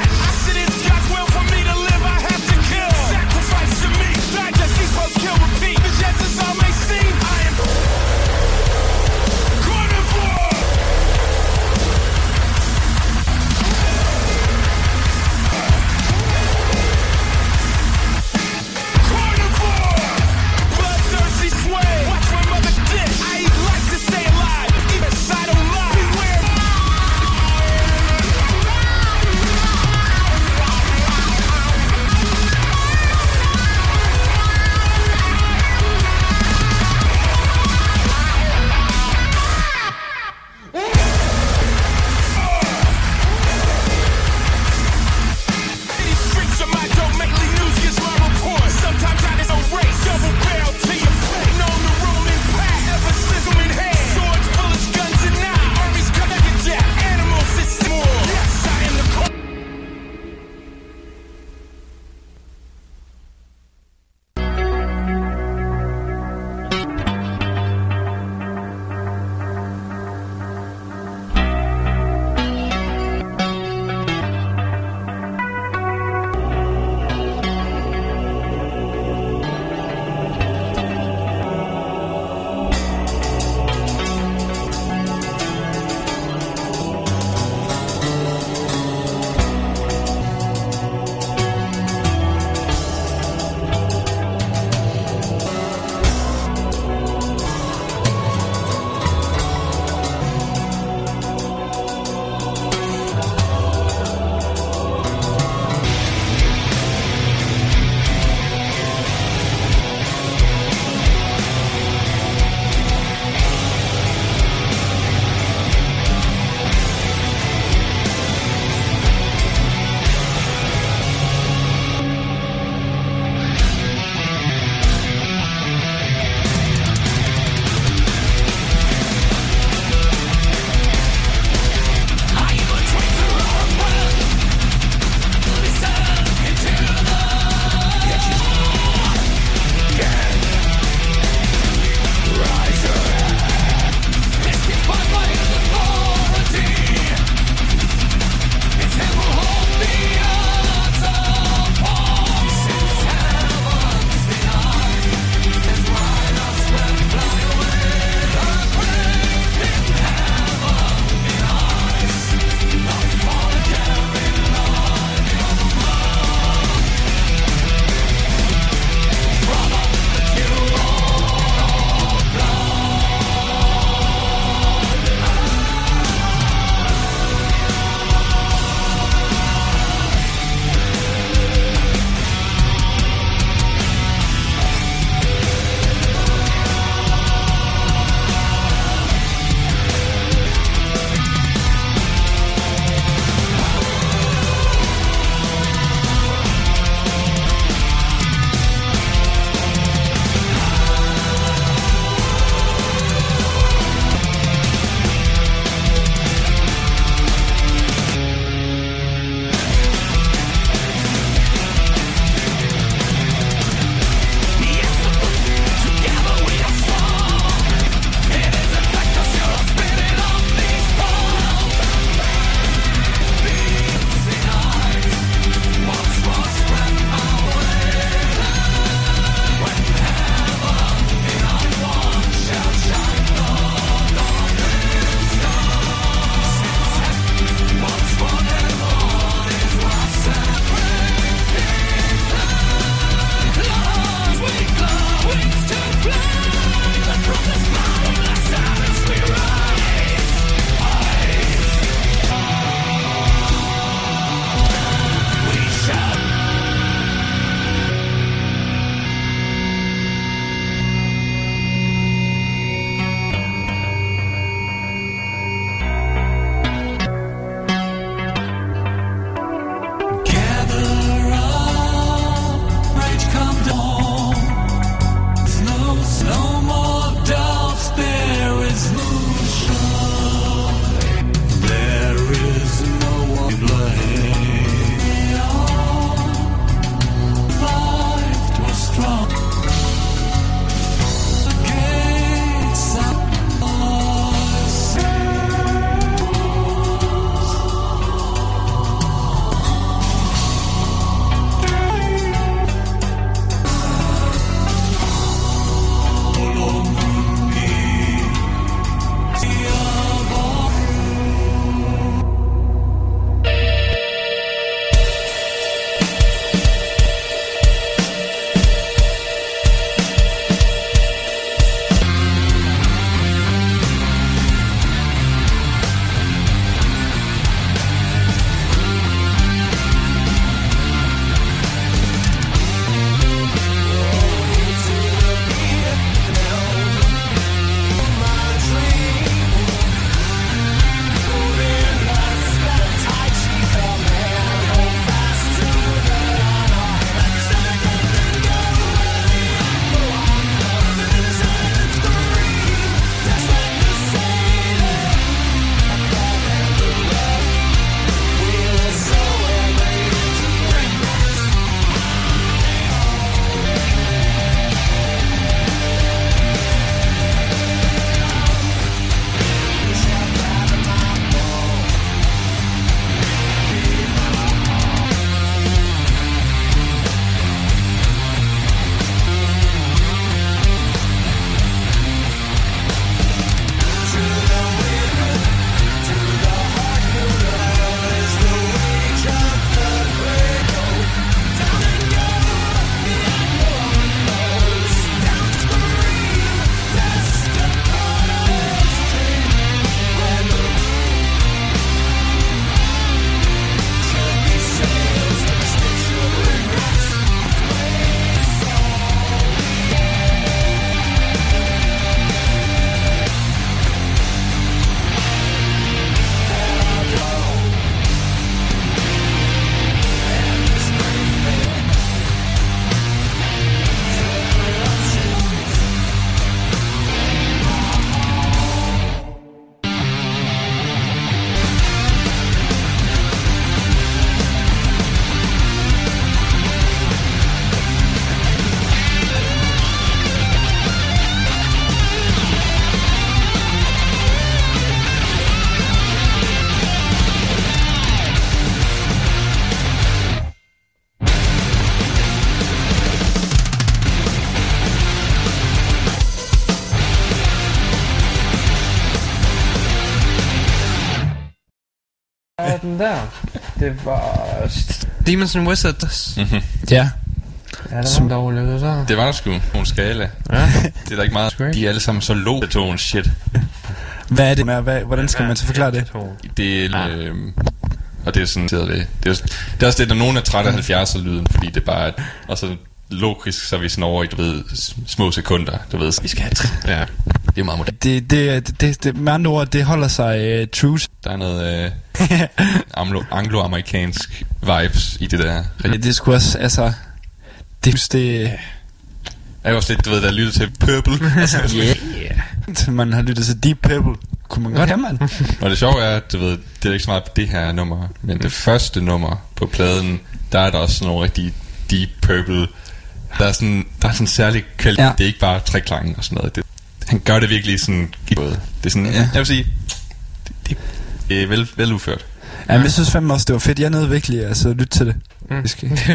den der. Det var Demons and Wizards. Mm-hmm. Ja. Ja, det var dårligt, så. Det var der sgu nogle skala. Ja. Det er der ikke meget. De er alle sammen så low tone shit. Hvad er det? Hvad, hvordan skal man så forklare det? Det er... Øh, og det er sådan, det er, det er, det er også det, der nogen er trætte af halvfjerdser-lyden, fordi det er bare... Og så logisk, så er vi sådan over i, du ved, små sekunder. Du ved, vi skal have tre. Ja, det er meget moderne. Det, det, det, det, med andre ord, det holder sig uh, true. Der er noget uh, anglo-amerikansk vibes i det der. Ja, det er sgu også, altså... Det, det er jo også lidt, du ved, der lytter til Purple. Altså, yeah. yeah. Man har lyttet til Deep Purple. Kunne man godt have, man. Og det sjove er, at du ved, det er ikke så meget på det her nummer, men det første nummer på pladen, der er der også sådan nogle rigtig Deep Purple. Der er sådan, der er sådan en særlig kvalitet. Ja. Det er ikke bare træklangen og sådan noget. Det, han gør det virkelig sådan... Det er sådan, ja. Jeg vil sige, det, det, det er vel, vel udført. Ja, men jeg synes fandme også, det var fedt. Jeg nåede virkelig altså, at lytte til det. Mm.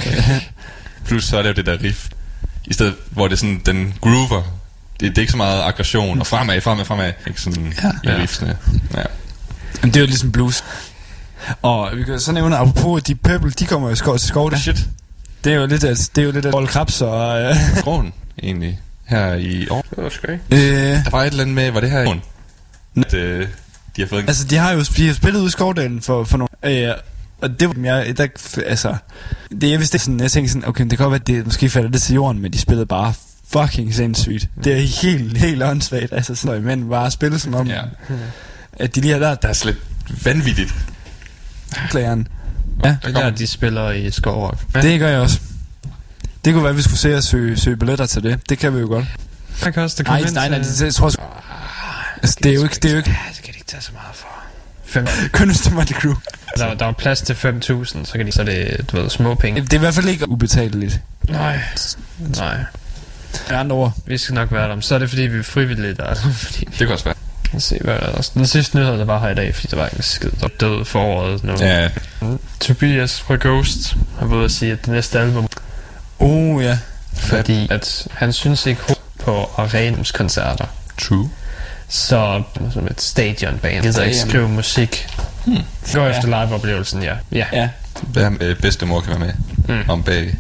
Plus så er det jo det der riff, i stedet hvor det er sådan, den groover. Det, det er ikke så meget aggression, og fremad, fremad, fremad. Ikke sådan ja. I riffsene. Ja. Men det er jo ligesom blues. Og vi kan så nævne, apropos de Purple, de kommer jo skov til skov der. Shit. Det er jo lidt af, det er jo lidt af Paul Krebs og... Øh. Skroen, egentlig, her i år. Det var skøj. Øh. Der var et eller andet med, var det her i at, øh, de har fået en... Altså, de har jo de har spillet ud i Skovdalen for, for nogle... Øh, og det var jeg, der, altså... Det, jeg vidste ikke sådan, jeg tænkte sådan, okay, det kan godt være, at det måske falder det til jorden, men de spillede bare fucking sindssygt. Mm. Det er helt, helt åndssvagt, altså sådan, men bare spille som om, ja. At de lige har der... Der er slet vanvittigt. Klageren. Ja, det der, de spiller i Skovrock. Ja. Det gør jeg også. Det kunne være, at vi skulle se at søge, søge billetter til det. Det kan vi jo godt. Jeg kan også, det nej, nej, nej, det, jeg tror også... Altså, det er jo ikke... Det er jo ikke... Ja, det kan de ikke tage så meget for. Fem. Kønneste Motley Crue. Der, der var plads til fem tusind, så kan de... Så det, du ved, små penge. Det er i hvert fald ikke ubetaleligt. Nej. Nej. Med andre ord. Vi skal nok være der. Så er det, fordi vi er frivillige der. Altså, fordi det kan også være. Lad os se, hvad der er. Den sidste nyhed, der var her i dag, fordi der var ikke en skid. Der døde foråret nu. Ja. Tobias fra Ghost har været at sige, at det næste album... Oh, ja. Fordi at han synes ikke på Arenums koncerter. True. Så som et stadionband gider ikke skrive musik. Hmm. Gå efter ja. Live-oplevelsen, ja. Ja. ja. Hvad øh, bedstemor kan være med hmm. om bag.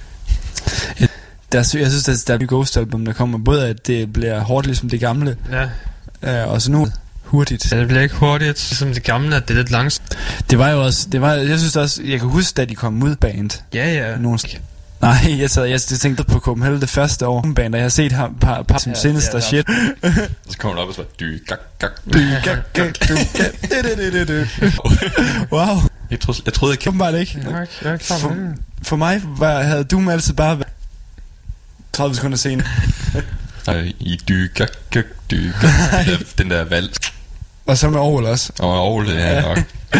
Der, jeg synes, at der er et Ghost-album, der kommer både at det bliver hårdt ligesom det gamle. Ja. Øh, og så nu hurtigt. Ja, det bliver ikke hurtigt som det gamle, at det er lidt langsomt. Det var jo også, det var, jeg synes også, jeg kan huske, da de kom ud band. Ja, ja. Nogle st- Nej, jeg, sad, jeg tænkte på Copenhagen det første år band, og jeg har set ham par, par som ja, sinister shit. Så kommer du op og så dy gak gak dy gak gak dy. Wow. Jeg troede, jeg troede ikke. Åbenbart ikke. For, for mig var, havde Doom altid bare været tredive sekunder senere. I dy gak gak dy gak. Den der valg. Og så med Aarhus også. Og Aarhus, ja nok.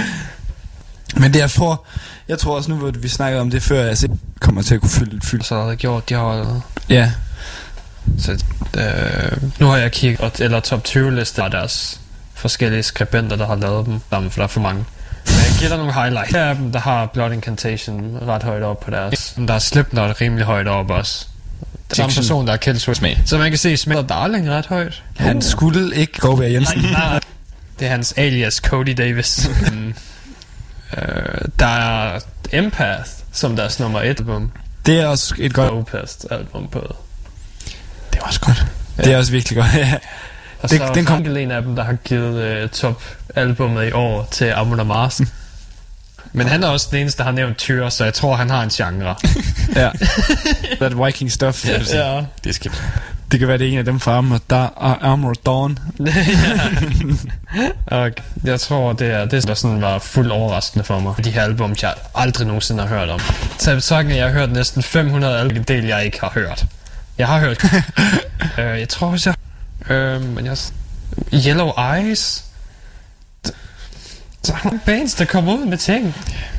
Men det jeg tror, jeg tror også nu, hvor vi snakkede om det før, jeg altså, kommer til at kunne fylde et fylde. Så har jeg gjort, de har... Ja. Så øh, nu har jeg kigget, eller top tyve liste af deres forskellige skribenter, der har lavet dem. Jamen, for der er for mange. Men jeg giver dig nogle highlights. Her er dem, der har Blood Incantation ret højt op på deres. Der er Slipknot rimelig højt op også. Der er en person, der er Killswitch med. Så man kan se Smith og Darling ret højt. Han skulle ikke gå ved Jensen. Nej, nej, nej. Det er hans alias, Cody Davis. mm. uh, der er Empath, som deres nummer et album. Det er også et godt Opast album på. Det er også godt. Ja. Det er også virkelig godt, ja. Og det, så den kom en af dem, der har givet uh, top albumet i år til Amon Amarth. Men han er også den eneste, der har nævnt Tyre, så jeg tror, han har en genre. Ja. That Viking stuff. Ja, det, ja. Det er skidt. Det kan være, det er en af dem fra Armored, da- Armored Dawn. Okay. Jeg tror, det er det, der sådan var fuldt overraskende for mig. De her album, jeg aldrig nogensinde har hørt om. Så jeg betragtning, at jeg har hørt næsten fem hundrede album, del jeg ikke har hørt. Jeg har hørt. uh, jeg tror også, jeg... Uh, men jeg... Yellow Eyes... Der er nogle bands, der kommer ud med ting.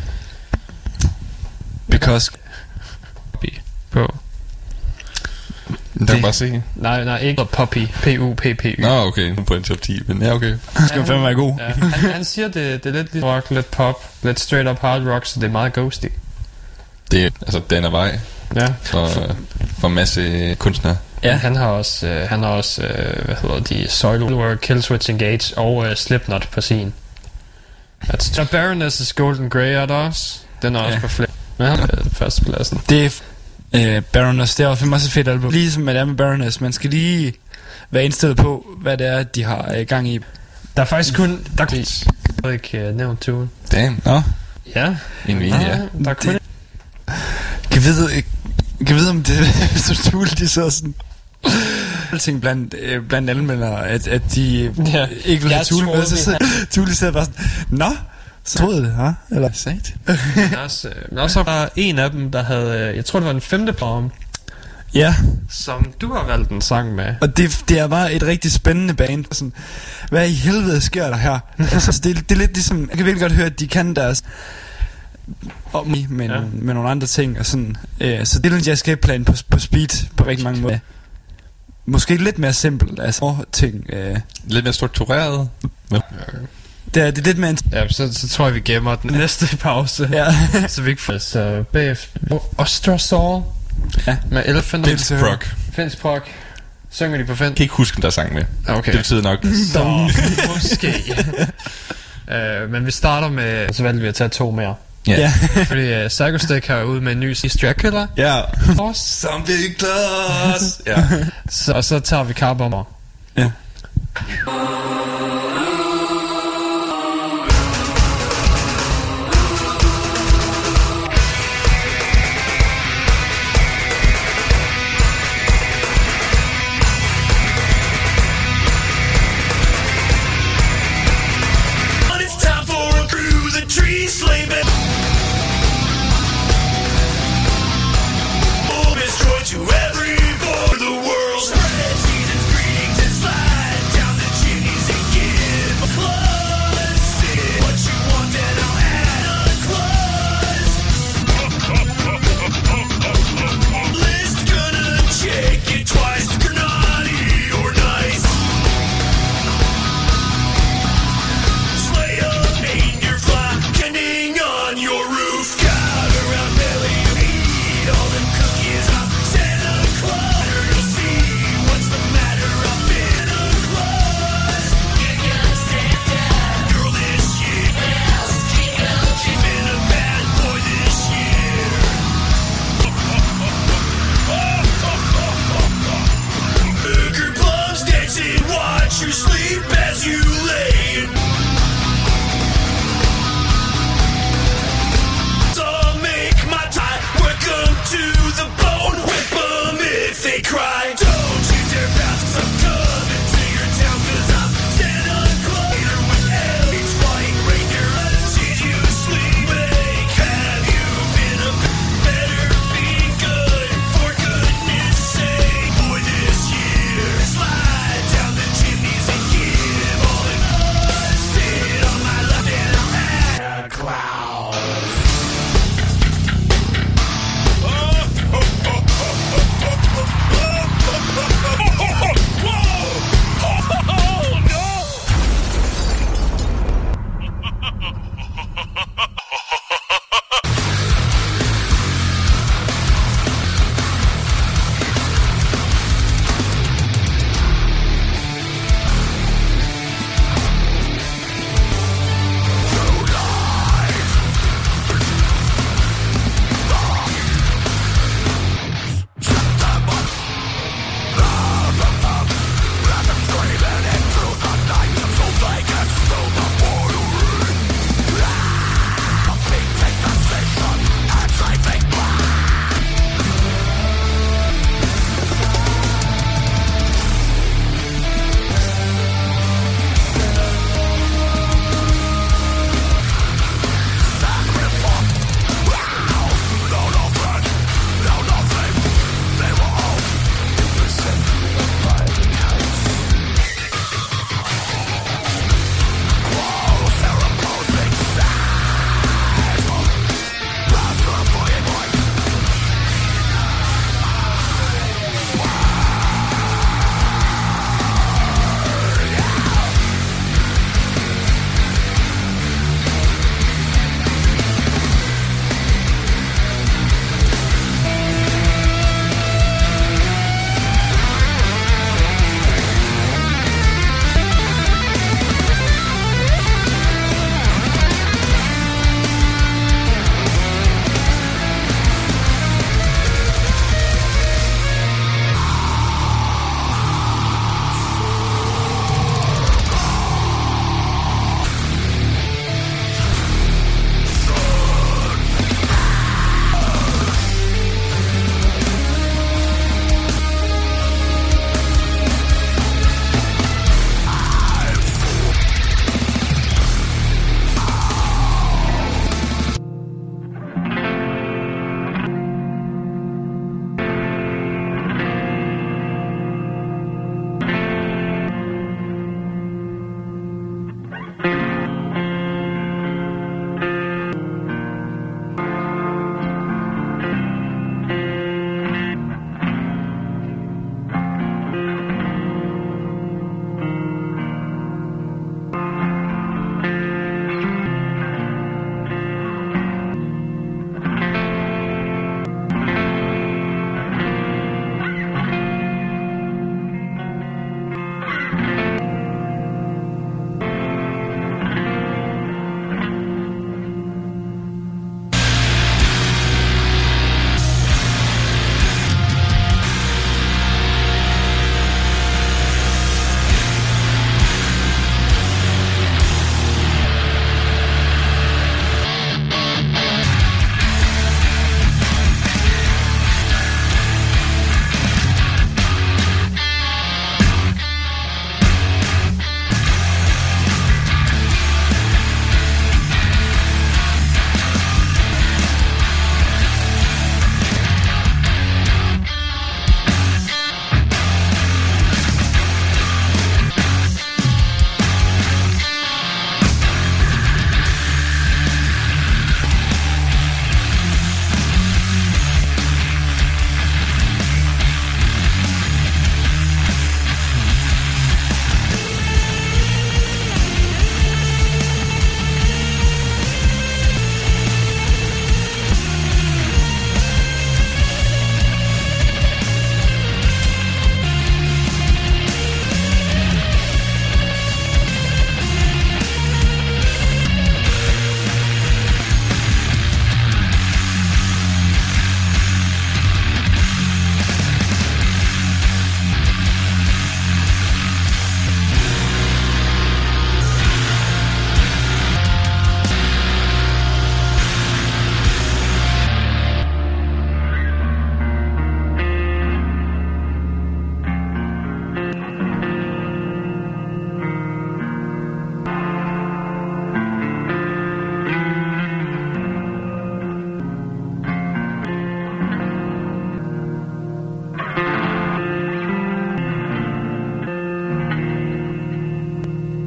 Because... På... Der kan bare se. Nej, nej, ikke Poppy. P U P P Y. Nå, okay. Nu på en top ti, men ja, okay. Det skal fandme være god. Ja, han, han siger, det, det er lidt rock, lidt pop, lidt straight up hard rock, så det er meget ghosty. Det er, altså, den er vej. Ja. For, for masse kunstnere. Ja, han har også, øh, han har også øh, hvad hedder de, Soilwork, Killswitch Engage og øh, Slipknot på sin. Altså, Baroness' Golden Grey er der også. Den er også ja. på flere. Ja, førstepladsen. Det er uh, Baroness, det er også også et fedt album. Ligesom med det er med Baroness, man skal lige være indstillet på, hvad det er, de har uh, gang i. Der er faktisk kun... Der er ikke uh, nævnt Tool. Damn. Nå. Ja. En vin, ja. Der er kun... Det... Kan vide, kan vide om det så Tool, de så sådan... Alting blandt, øh, blandt anmeldere, at, at de ja. ikke vil have Tool med, så sidder Tool i stedet bare sådan, nå, så troede det, ha? Eller sagt. også, men også var der en af dem, der havde, jeg tror det var en femte program. Ja. Som du har valgt en sang med. Og det, det er bare et rigtig spændende band. Sådan, hvad i helvede sker der her? Altså, det, det er lidt ligesom, jeg kan virkelig godt høre, at de kan deres... med, med, ja. med nogle andre ting og sådan. Øh, så det er en Jazz Escape Plan på, på speed på rigtig mange måder. Måske lidt mere simpelt, altså ting. Øh. Lidt mere struktureret. Ja. Det er, det er lidt mere... Ja, så, så tror jeg, vi gemmer den næste pause. Ja. Så vi ikke får... Så bagefter... Ostrasaur. Ja. Med Elephant. Finsk Prog. Finsk Prog. Synger de på finsk? Kan ikke huske, der sang med. Okay. Det betyder nok... Så måske. uh, men vi starter med... Så valgte vi at tage to mere. Ja. Yeah. Fordi uh, Psycho Stick har ude med en ny Dracula. Ja. Zombie Class. Ja. Så, og så tager vi Carbomber. Ja. To every boy, the world spread season's greetings and slide down the chimney.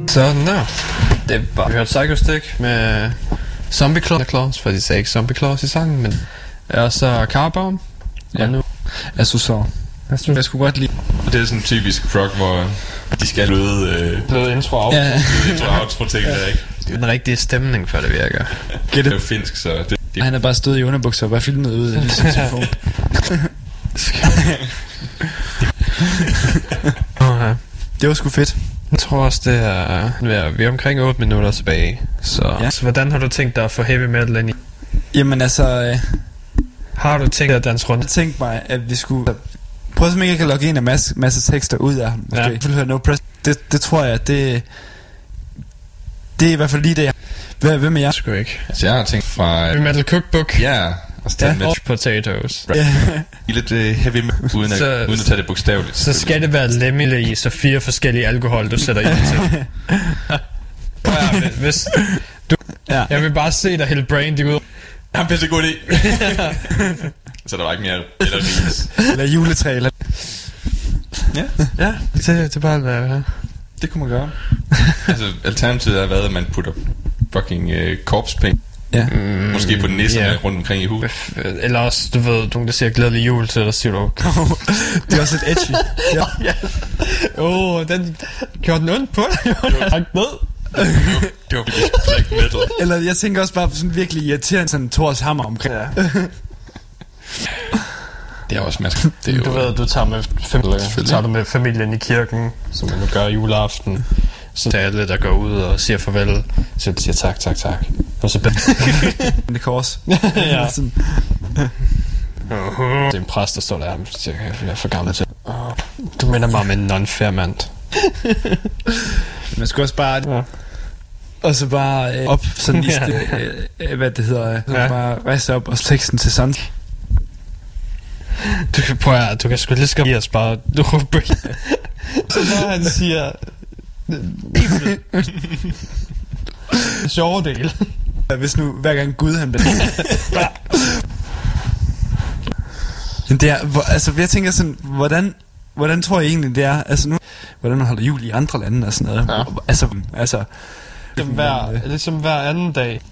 Sådan der. Det var, vi hørte Psycho Stick med Zombie Claws, for de sagde ikke Zombie Claws i sangen, men og så Carbomb. Ja. Og nu Asusar. jeg skulle godt lide. Og det er sådan en typisk prog, hvor de skal løde øh, Blevet intro out. Ja. intro outro ting der, ikke? Det er den rigtige stemning, før det virker. Det er jo finsk, så det, det Han er bare stået i underbukser og bare filmet ud af det telefon. Okay. Det var sgu fedt. Jeg tror også, det er vi er omkring otte minutter tilbage. Så, Ja. så hvordan har du tænkt dig at få heavy metal ind i? Jamen altså, øh, Har du tænkt dig at danse rundt? jeg tænkte mig, at vi skulle prøve at se, om jeg kan logge en af masse, masse tekster ud af ham. Måske. Ja. Ja. Høre no press. Det, det tror jeg, det det er i hvert fald lige det, jeg... Hvad, hvem er jeg? Sgu ikke. Altså jeg har tænkt fra... Heavy metal cookbook. Ja, og starte med Mashed potatoes. Ja. lidt uh, heavy med, uden, at, Så- uden at tage det bogstaveligt. Så skal det være lemmile i så fire forskellige alkohol, du sætter i til. Ja, hvis du, Ja. jeg vil bare se dig hælde brandy ud. Han pisse god idé. Så der var ikke mere eller ris. Eller juletræ, eller... Ja, Ja, det, det er bare at være. Det kunne man gøre. altså alternativet er været, at man putter fucking uh, korpspenge. Ja. Mm, Måske på nisserne ja. rundt omkring i huset. Eller også, du ved, nogen der siger glædelig jul til dig, siger du. Det er også lidt edgy. Ja. Åh, oh, den gjorde den ondt på dig. Jeg har lagt ned. Det var virkelig black metal. Eller jeg tænker også bare på sådan virkelig irriterende sådan Thors hammer omkring. Ja. Det er også mask. Det er jo, Du ved, du tager, med fam- tager du med familien i kirken, som man nu gør juleaften. Så det er alle, der går ud og siger farvel. Så siger tak, tak, tak. Og så Det kors. ja. Sådan. Det er en præst, der står der og siger, jeg er for gammel til. Du minder mig om en non-fair mand. Man skal også bare... Ja. Og så bare øh, op sådan i Ja. stil, øh, øh, hvad det hedder, øh, så Ja. bare rejse op og teksten til sådan. Du kan prøve at, du kan sgu lige skrive os bare, du råber. Så når han siger, sjove del. Hvis nu hver gang Gud han bliver... Men det er, hvor, altså jeg tænker sådan, hvordan, hvordan tror jeg egentlig det er, altså nu, hvordan man holder jul i andre lande og sådan noget. Ja. Altså, altså... Ligesom hver, ligesom hver anden dag.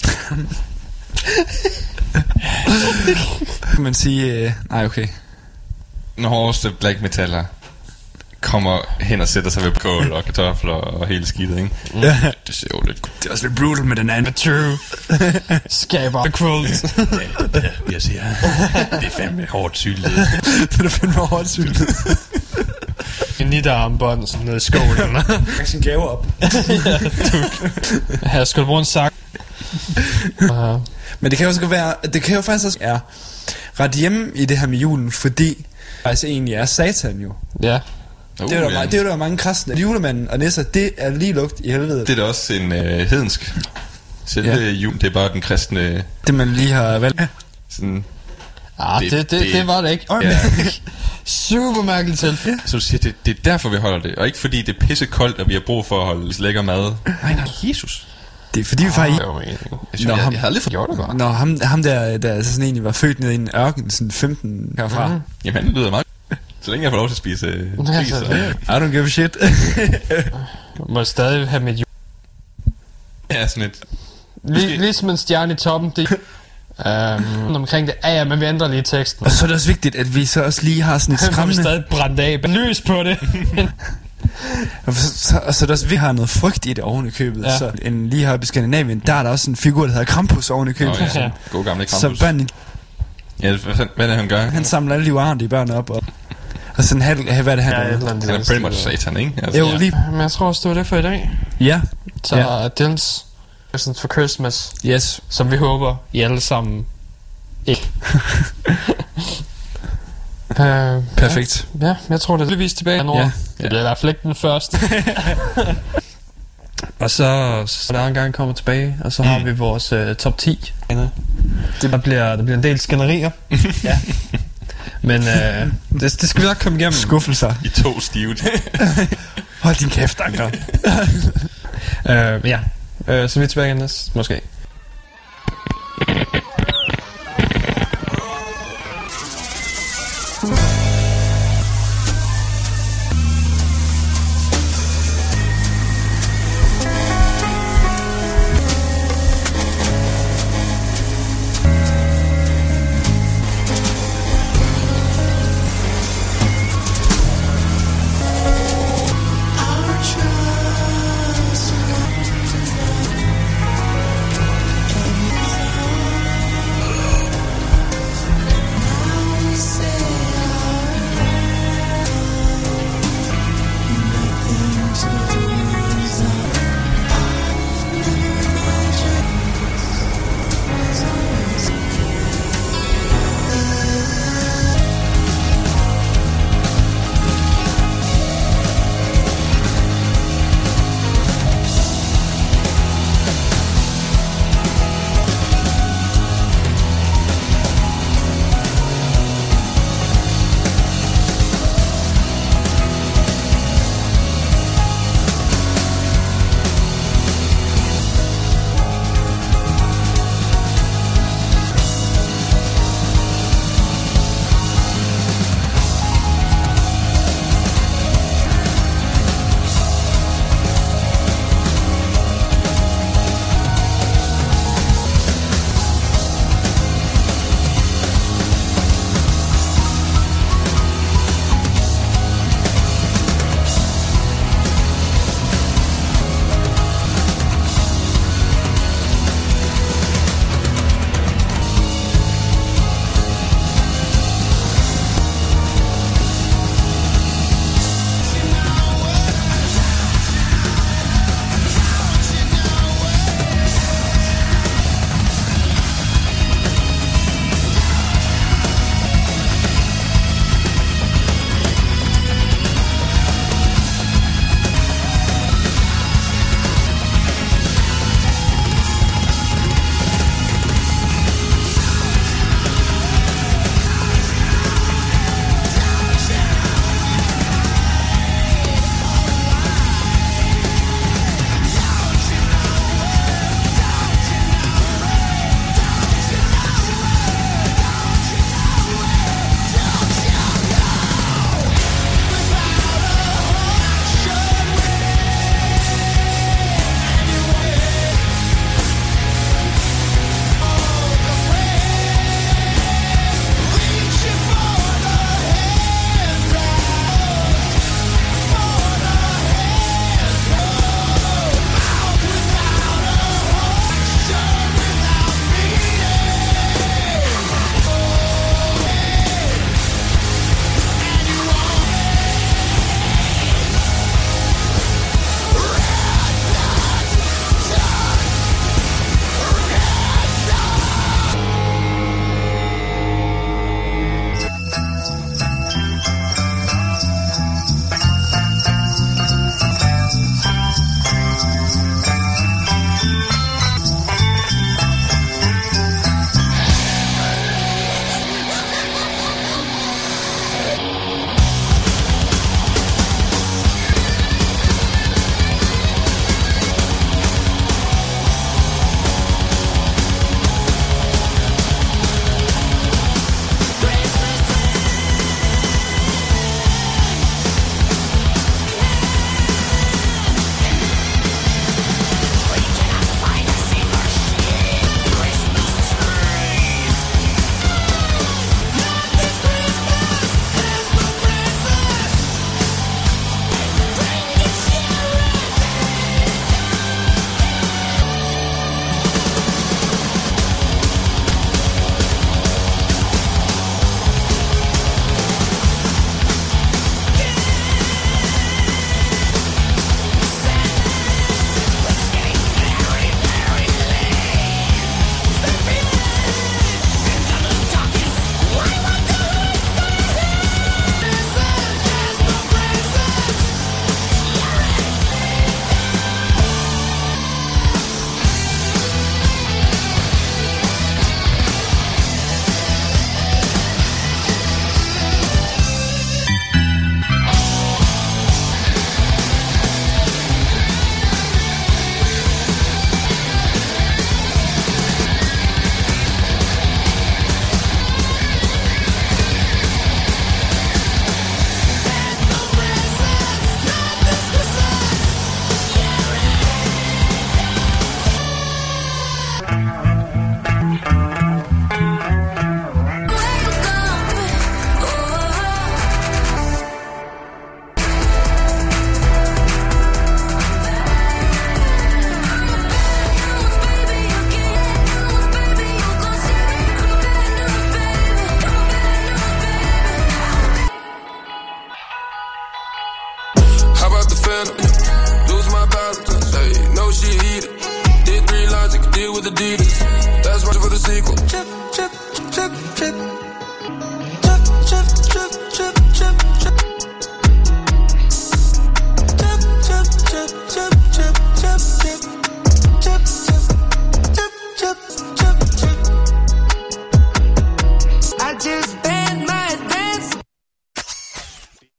Kan man sige, øh, nej okay. den hårdeste black metaller kommer hen og sætter sig ved kål og kartofler og hele skidtet, ikke? Mm. Ja. Det ser jo lidt... Det er også lidt brutal med den anden. True. Skaber the quilt. Ja, det jeg siger. Det er fandme hårdt syltet. Det er fandme hårdt syltet. En nitterarmbånd sådan noget i skålen. Ræk sin gave op. Her skal du bruge en sak. Uh, Men det kan jo også være, det kan jo faktisk også er ret hjemme i det her med julen, fordi faktisk egentlig er satan jo. ja. Uh, Det er jo ja. der, det er jo der mange kristne. Julemanden og nisser, det er lige lugt i helvede. Det er da også en øh, hedensk. Selve Ja. jul, det er bare den kristne... Det man lige har valgt. Sådan, Ah, det, det, det, det- det var det ikke. ja. Super mærkeligt til. Så du siger, det, det er derfor, vi holder det. Og ikke fordi det er pisse koldt, og vi har brug for at holde lækker mad. Nej, nej, Jesus. Det er fordi vi faktisk... Det var meningen. Jeg, jeg, jeg, jeg har aldrig fået gjort det bare. Når ham, ham der, der altså sådan egentlig var født nede i en ørken, sådan femten herfra. Mhm. Jamen, det lyder meget. Så længe jeg får lov til at spise øh, Ja, gris, så så... det- I don't give a shit. Må stadig have mit jul. Ja, sådan et... Lig, ligesom en stjerne i toppen. Det, um, omkring det. Ja, ja, men vi ændrer lige teksten. Og så er det også vigtigt, at vi så også lige har sådan et Så vi skræmmende... stadig brændt af. Lys på det. Og så, så, og så er det også, vi har noget frygt i det oven i købet. Ja. Ja. Så en, lige heroppe i Skandinavien, der er der også en figur, der hedder Krampus oven i købet. Nå, ja. Ja. God gamle Så Krampus. børnene, Ja, hvad, hvad er det, han gør? han samler alle de uartige børn op. Og, og sådan, halv, hvad er det han Ja, et ja, eller andet. Han er pretty much satan, ikke? Altså, Jo, lige... Men jeg tror også, det var det for i dag. Ja, Så Ja. ja. Dylan's Presents for Christmas, yes. som vi håber, I alle sammen ikke. uh, Perfekt. Ja, ja, jeg tror, det er vist tilbage i januar. Ja. Ja. Det bliver i hvert fald ikke den første. Og så, så der engang kommer tilbage, og så har vi vores uh, top ti. Det der bliver, der bliver en del skænderier. Ja. Men uh, det, det skal vi nok komme igennem. Skuffelser. I to stive. Hold din kæft, Anker. uh, ja, uh, så vi er tilbage igen næste, måske.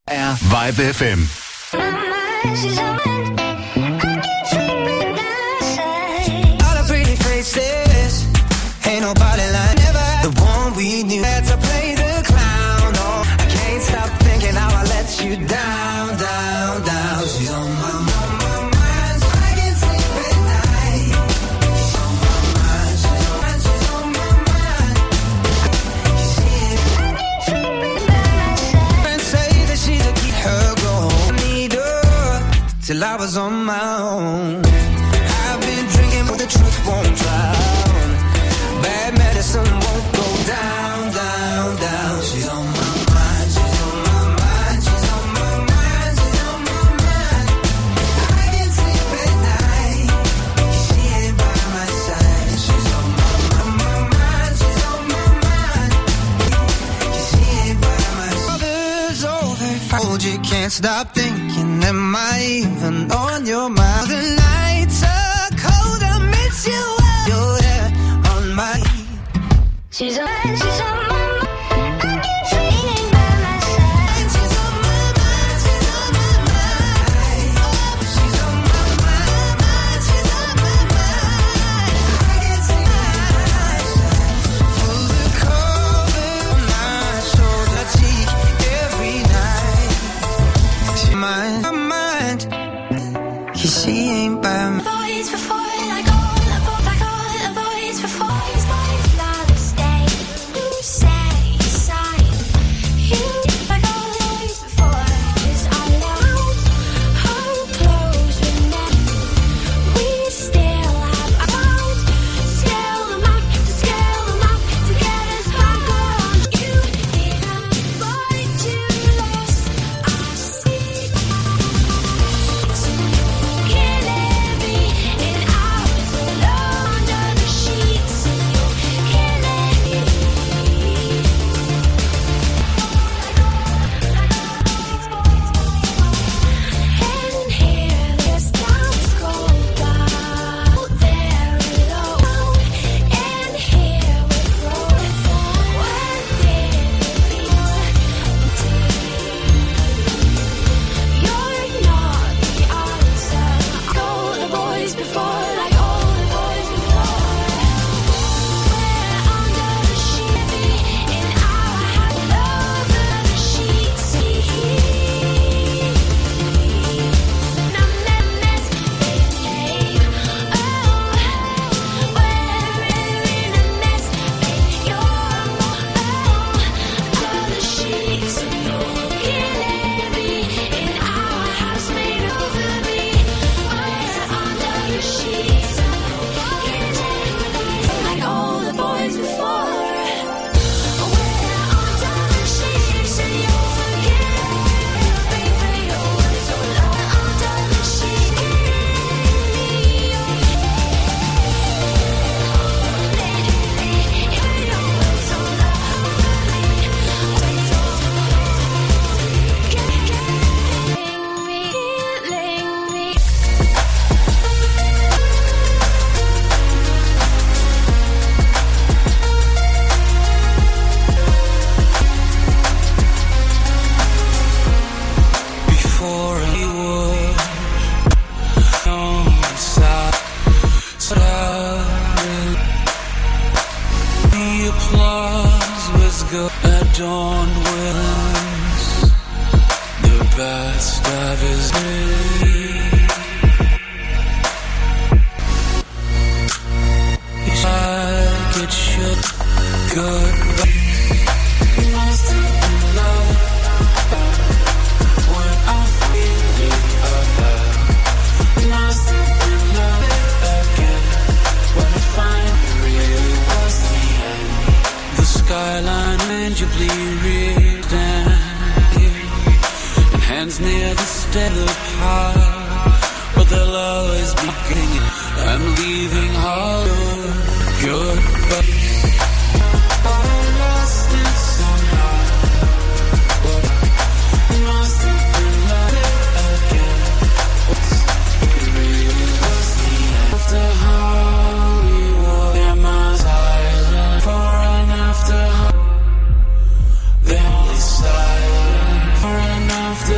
er Vibe F M. All the pretty faces, ain't nobody like never the one we knew. Had to play the clown. Oh, I can't stop thinking how I let you down, down, down. She's on my mind. Till I was on my own. I've been drinking, but the truth won't drown. Bad medicine won't go down, down, down. She's on my mind, she's on my mind, she's on my mind, she's on my mind. I can't sleep at night. She ain't by my side. She's on my, my mind, she's on my mind. She ain't by my side. It's over. Hold you, can't stop thinking. Am I even on your mind? The nights are cold, I miss you when you're there on my. She's on, she's on my mind. I can't sleep by my side. She's on my mind, she's on my mind. Oh, she's on my mind, mind, she's on my mind. I can't sleep by my side. Pull the cover on my shoulder, cheek every night. She mind, my mind. She ain't by my boys before, like all the boys, like all the boys before. His boys not stay, you say side. You like all the boys before. Is all out, how close we're not. We still have a boat. Scale them up, to scale them up, to get us back on. You need a boy to lost. I see. Adorned with wings, the best of his days. He's like it should goodbye. Lost in love when I'm feeling alive. Lost in love again when I find it really was the end. The skyline tangibly reared and hands near the step apart, but they'll always be getting. I'm leaving hollow goodbye. But I'm lost in somehow. But I must have been loved again. It really was the end. After Hollywood, am I silent for an after? Then only silent for an after.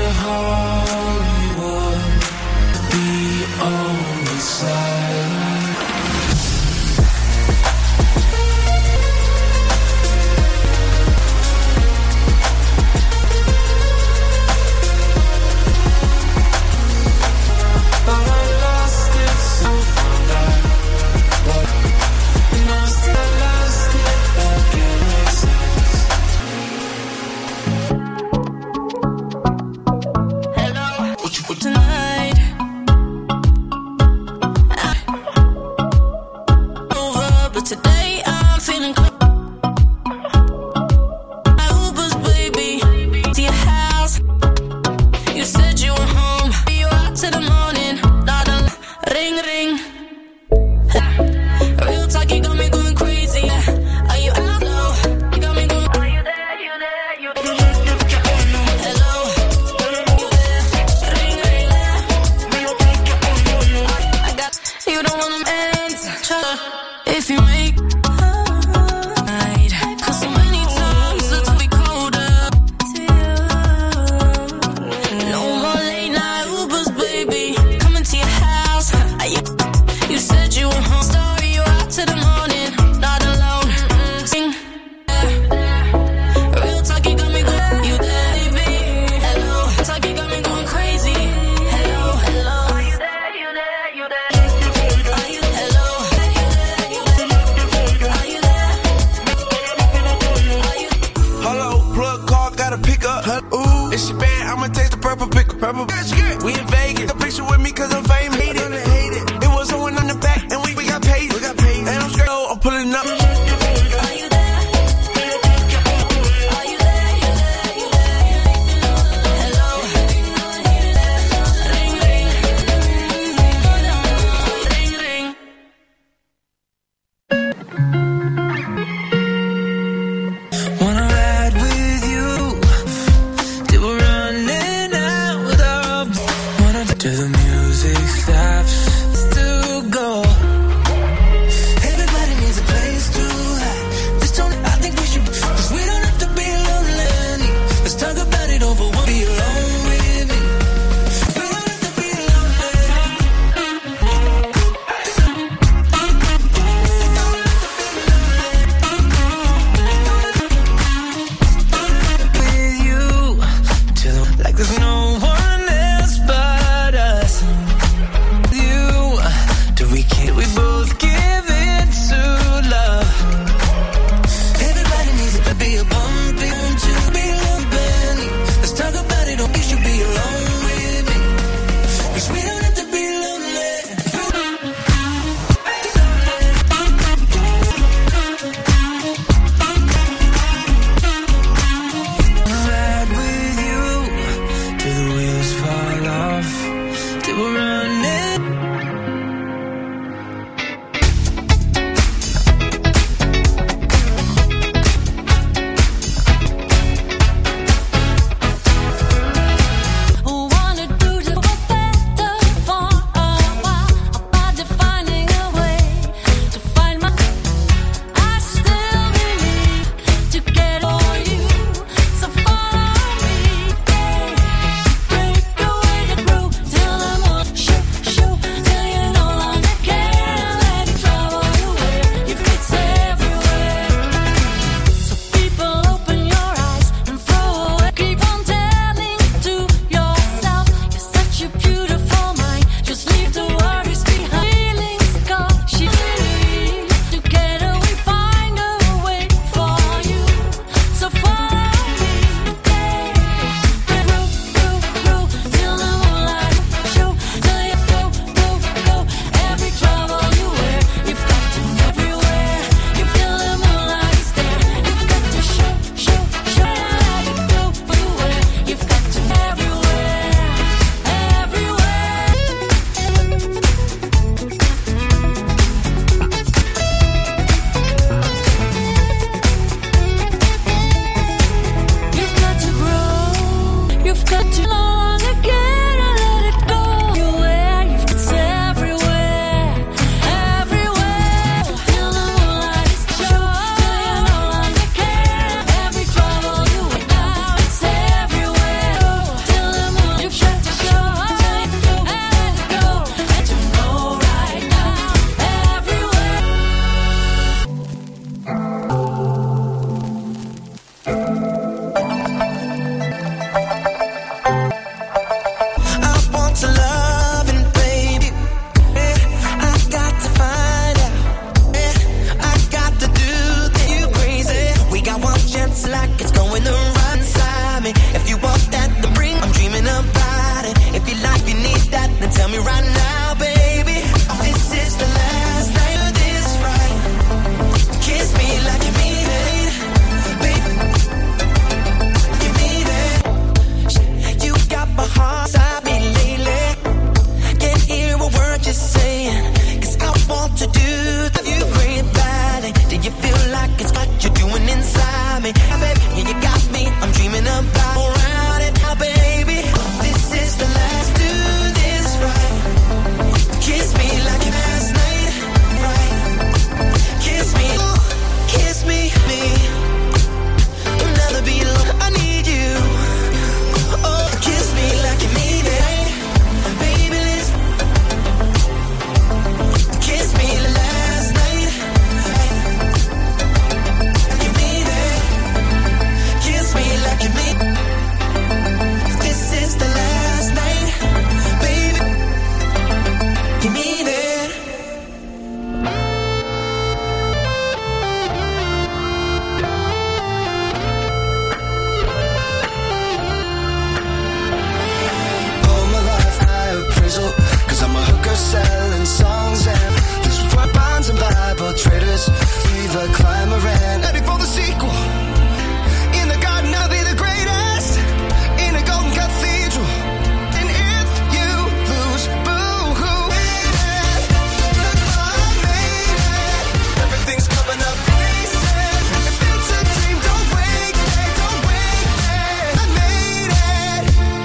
feeling good. My Ubers, baby, to your house. You said you were home. You out to the morning. Not a ring, ring. Real talk, you got me going crazy. Are you out low? You got me going. Are you there? You there? You there? Hello. You there? Ring, ring. I got. You don't want them ends. If you make. Cause so many times it's we colder. No more late night Ubers, baby. Coming to your house. You, you said you were home. Story you out to the morning. Not alone. Sing. Real talk, you got me going. You there, baby? Hello. Talk, you got me going crazy. Hello, hello. Are you there? You there? You there? Are you hello? Are you there? You there? Are you there? Are you? Hello, plug call, gotta pick up. Ooh, if she bad, I'ma taste the purple pickle. Purple. We in Vegas. Take a picture with me cause I'm famous. Hate it. Hate it. It was someone on the back and we, we got paid. We got paid. And I'm straight. I'm pulling up. Are you there? Are you there? You there? You there? Hello. Ring, ring. Ring, ring. Wanna ride with you till we're running out with our me. I'll never be alone. I need you. Oh, kiss me like you mean it. And baby, let's kiss me last night. You mean it. Kiss me like you mean it. This is the last night, baby. You mean it. All my life I appraisal, cause I'm a hooker selling songs and there's what bonds and Bible traders. Eva Climber and ready for the sequel. In the garden I'll be the greatest. In a golden cathedral. And if you lose, boo-hoo. Made it. I made it. Everything's coming up basic. If it's a dream, don't wake me, don't wake me. I made it.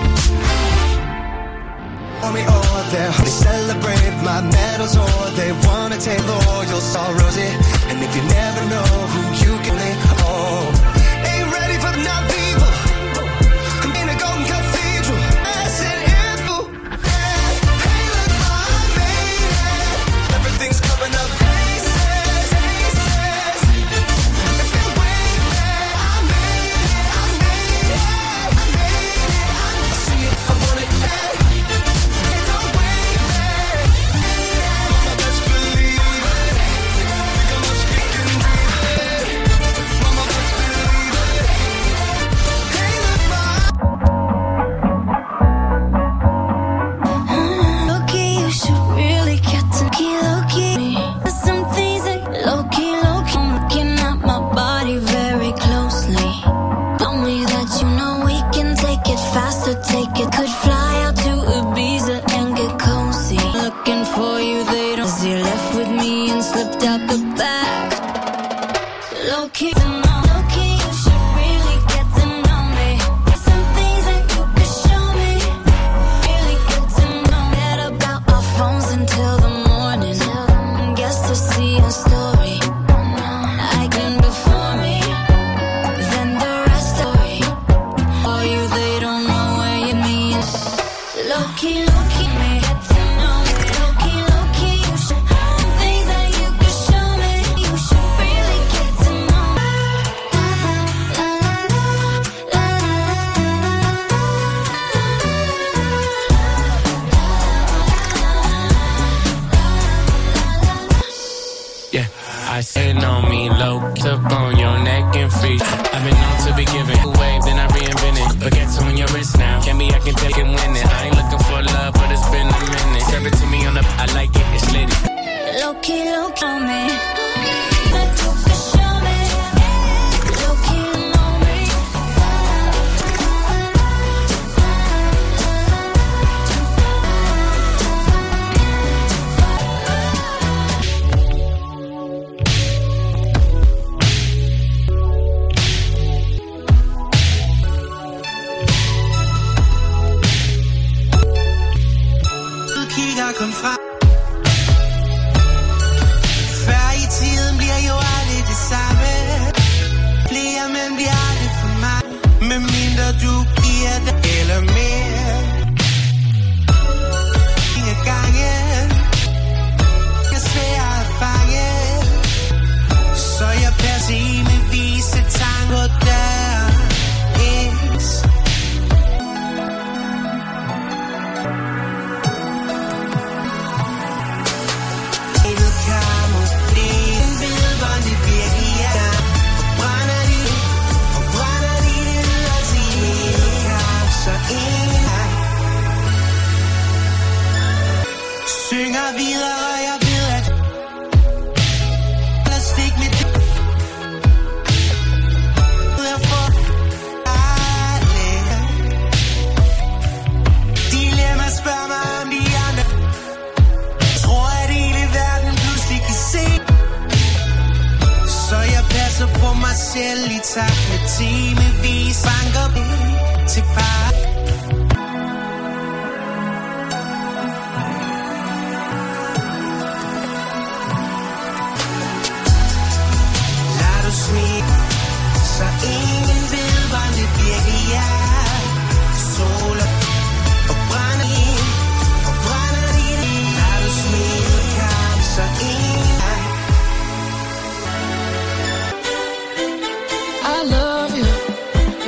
Want me all there, honey, celebrate my medals, or they wanna take loyal, saw Rosie. And if you never know who you can lay, oh, ain't ready for the night people. I'm in a golden cathedral. I said, if you, hey, hey, look, I made it. Everything's coming up aces, aces. If you wake me, I made it, I made it, I made it. I see it, I want it, hey. Hey, don't wake me. Mama, best believe it. Think I must be can breathe it. Mama, best believe it. Hey, look, my Low-key, you should really get to key low-key. There's some things that low-key, low-key. I'm looking at my body very closely. Tell me that you know we can take it faster, take it. Could fly out to Ibiza and get cozy. Looking for you, they don't. 'Cause you left with me and slipped out the back. Low-key, low-key, you should really get to know me. There's some things that you could show me. Really get to know me. Forget about our phones until the morning. Guess to see a story. I can before me. Then the rest story. For you, they don't know where you mean. Low-key, low-key, me. Get to know me. Low-key, low-key, you should. Some things that you could show me. You should really get to know me. La, la, la, la, la, Yeah, I sitting on me, low up on your neck and feet. I've been known to be giving a wave, then I reinvent it. Forget to on your wrist now. Can be I can take and win it. I ain't looking for love, but it's been a minute. Serve it to me on the, I like it, it's lit. low-key, low-key on me. That you could show me. Low-key on me. Du kigger kun frem. Før i tiden bliver jo aldrig det samme. Flere mænd bliver aldrig for mig. Med mindre du giver det eller mere. Ingen gangen. Jeg er svær at fange. Så jeg passer i med vise tanker der. Is. Synger videre, og jeg ved, at lad stik mit jeg får alle. Dilemma spørger mig om de andre. Tror, at hele verden pludselig kan se. Så jeg passer på mig selv i takt med timevis. Banker til par. Lad du smile.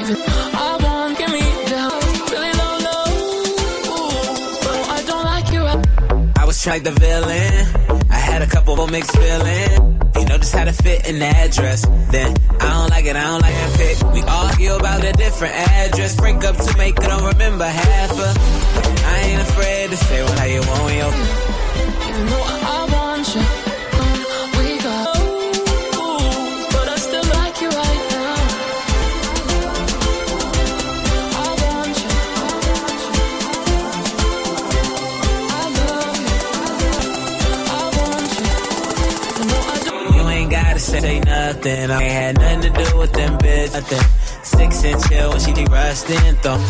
I won't get me down. Really low, low. Ooh, I don't like you. I was like the villain. I had a couple of mixed feelings. You know just how to fit in the address. Then I don't like it, I don't like it. Pick. We argue about a different address. Break up to make it, don't remember half of. I ain't afraid to say what I want you. Even though I want you, we got. But I still like you right now. I want you. I love you. I want you. Even though I don't. You ain't gotta say nothing. I ain't had nothing to do with them bitch. Nothing. Six and chill when she be rusting though.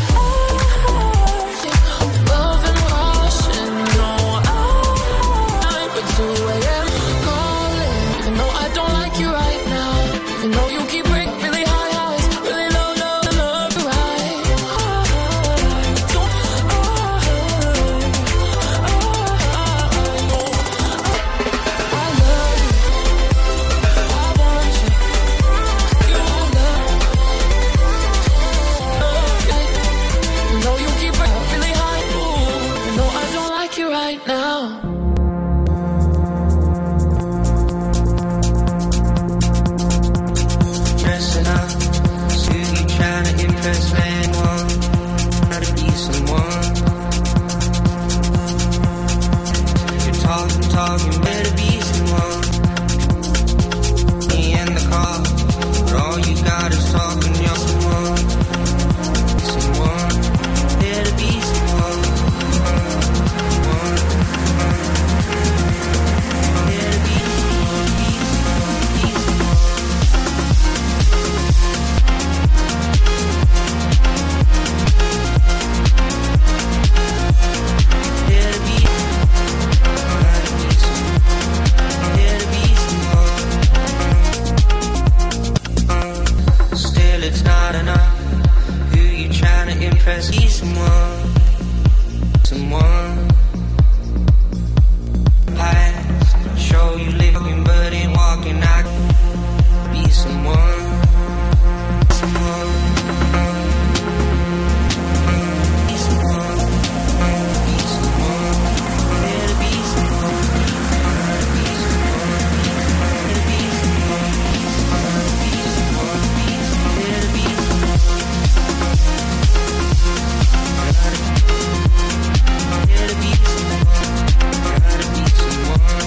Love and rushing, no, I but two a.m. calling. Even though I don't like you right now. Even though you keep break really high highs, really low low love you right. Don't, I love you. I want you. You love. You know you keep it really high. Ooh, you know I don't like you right now. Dressing up, still you trying to impress man one. Try to be someone. You're talking, talking, better be someone. Me in the car, but all you got is talking, you're someone. Someone, better be someone. Better be someone, be someone, be someone. Better be, better be someone. Better be someone. Still it's not enough. Who you trying to impress? Be someone. Someone. Past. Show you living but ain't walking. I be someone. Someone. Be someone. Be someone. Better be someone. Better be someone. Better be someone. Be someone. Be someone. Better be someone. Better be someone. Gotta be someone.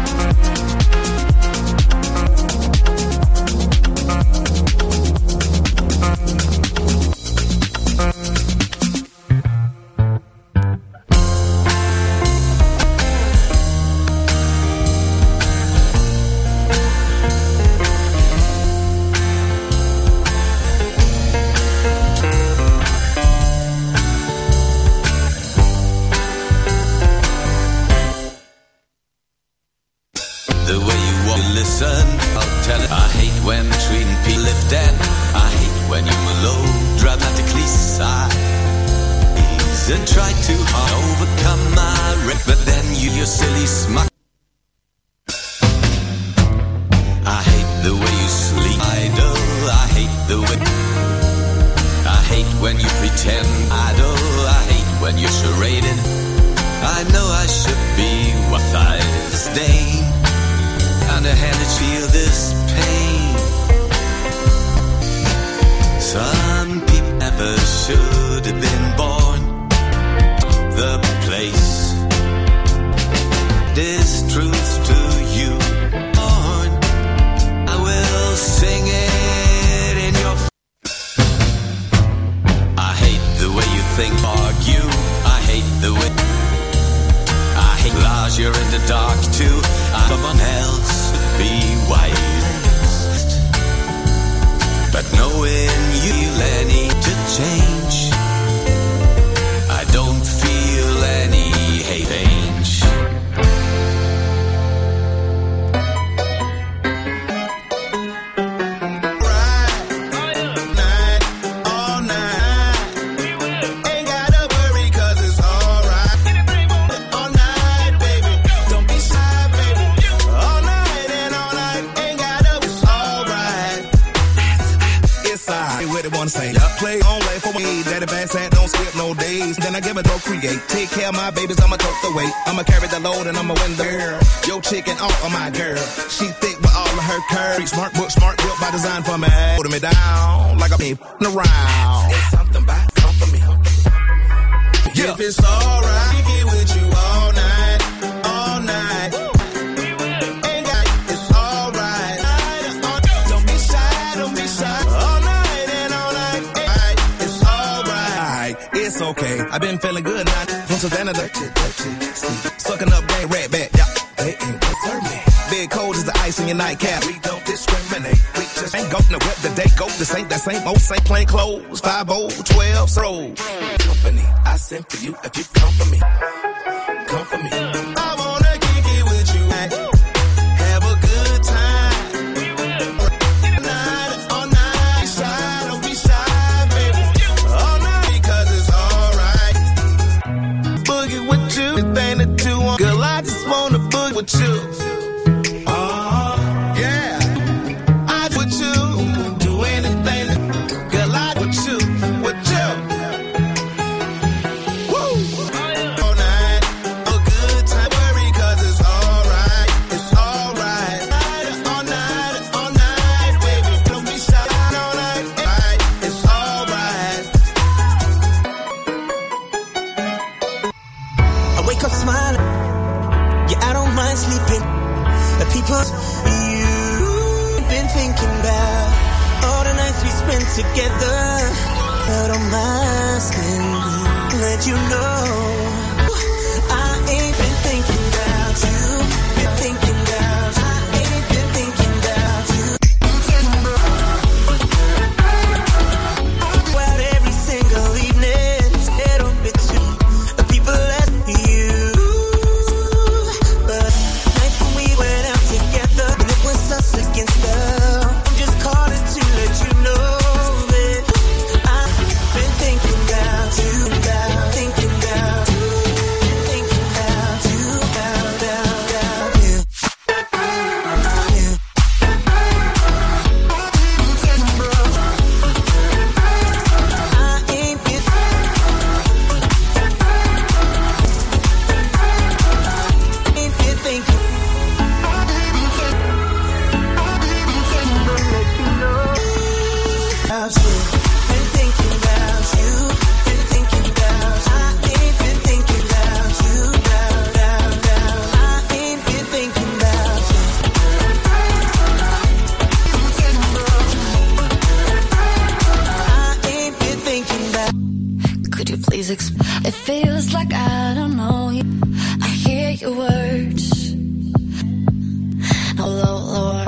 The way you want to listen, I'll tell it. I hate when treating people lift and I hate when you melodramatically sigh and try too hard to overcome my wreck, but then you, your silly smile. I hate the way you sleep idle. I hate the way. I hate when you pretend idle. I hate when you're charading. I know I should be what I disdain. Underhanded, feel this pain. Some people never should have been born. The place this truth to you. Born, I will sing it in your. I hate the way you think, argue. I hate the way. I hate lies, you're in the dark too. Someone else be wise, but knowing you'll any to change, I don't feel any hate change. It's It's I what they wanna say. Yep. Play on lay for me. Daddy bad sad, don't skip no days. Then I give it procreate. Take care of my babies, I'ma tote the weight. I'ma carry the load and I'ma win the girl. Yo chick and all of my girl. She thick with all of her curves. Smart book, smart built by design for me. Holding me down like a pimp around. It's something about come for me. Yeah. If it's alright, I get with you all night, all night. Ain't got it's alright. Don't be shy, don't be shy. All night and all night. It's alright. It's okay. I've been feeling good now from Savannah to sucking up game rat back. Yeah, they ain't concern me. Big cold is the ice in your nightcap. We don't discriminate. We just ain't go to whip the day go. This ain't that same old same plain clothes. Five old twelve so company. I send for you if you come for me. Come for me. I wanna kick it with you. Have a good time. Night all night. Shy, don't be shy, baby. All night because it's alright. Boogie with you. Anything that you want. Girl, I just wanna boogie with you. Together, but I'm asking, let you know I ain't been thinking about you, been thinking about you, I ain't been thinking about you. Go out every single evening, little bit too. People ask you, but nights when we went out together, and it was us against them. I'm just calling to let you know. It feels like I don't know you. I hear your words. Oh Lord,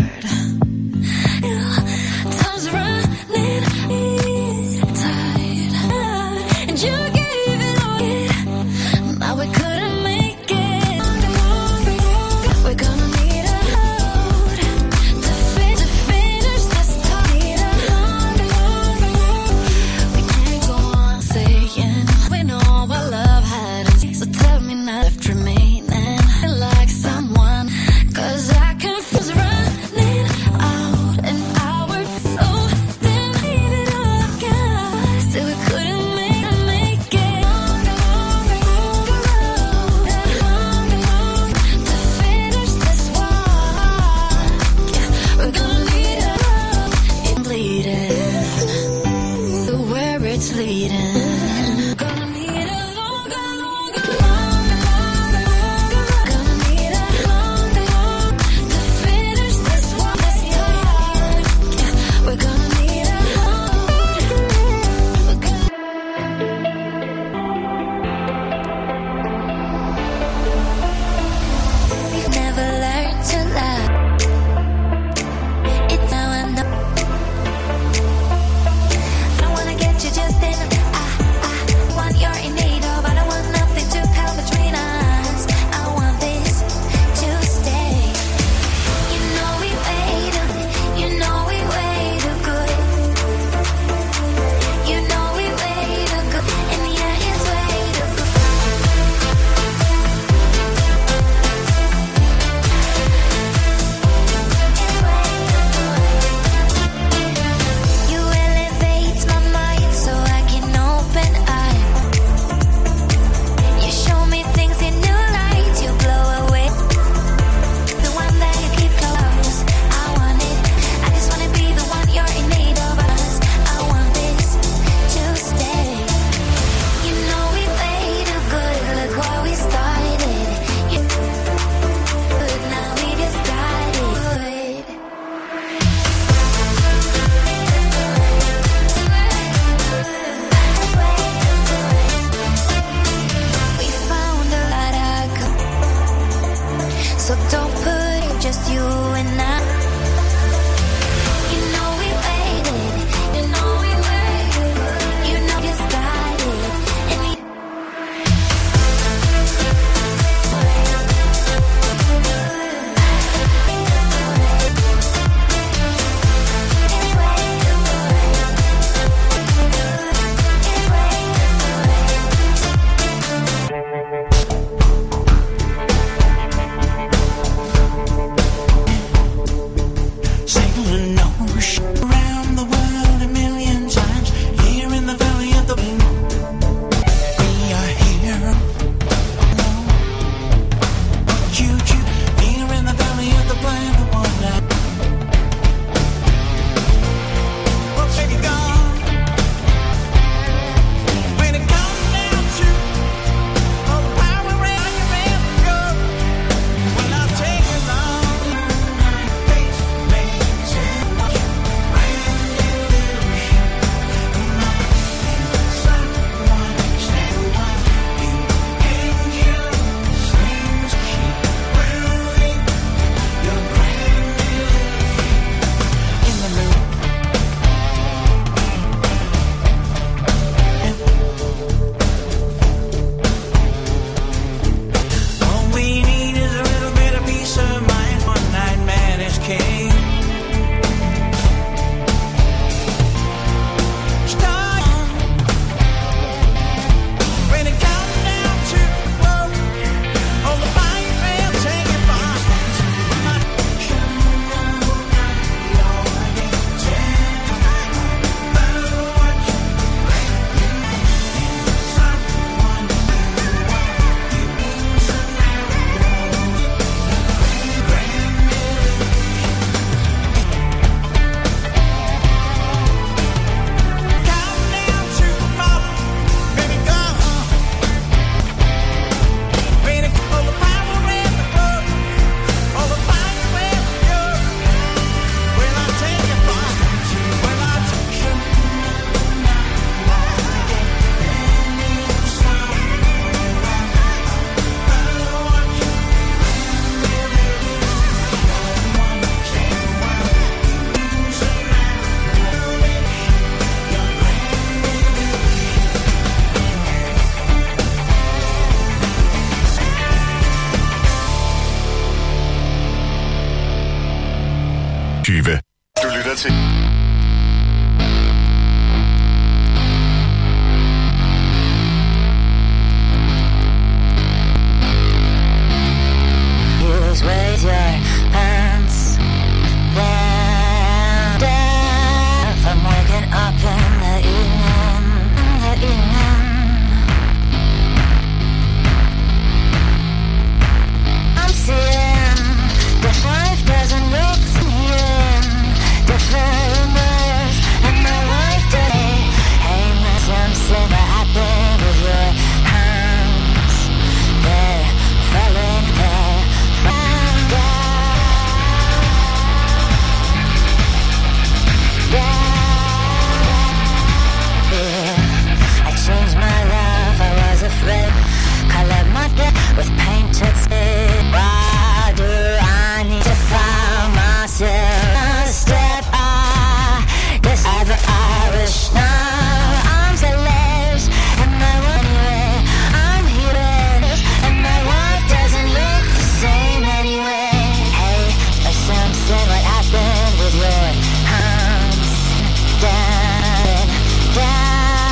time's running tight, and you gave it all. Now we couldn't make it. We're gonna need a load to fit to finish this time. Need a longer, longer, longer. We can't go on saying we know what love had. So tell me now, left remaining like someone, 'cause I can feel running out and our so then leave it all again. Still we couldn't make make it. Longer, longer, longer road, longer, longer to finish this walk. Yeah, we're gonna need a road. It's bleeding to where it's leading. Gonna need a longer, longer, longer, longer, longer road. Gonna need a longer, longer to finish this walk. Yeah, we're gonna need a longer. We're gonna. We've never learned to love. It's now I know. I wanna get you just in. I til Please raise your hands. Down, down. From waking up in the evening, in the evening. I'm seeing the five dozen looks in here, different rumors in my life today. Hey, man, something that happened with your hands. They're falling there. I changed my life, I was afraid. Colored my day with painted skin. Why do I need to find myself? Another step, I guess I'm the Irish now. I'm celebs, and my anyway. I'm healing, and my life doesn't look the same anyway. Hey, there's something what happened with your hands. Down, down.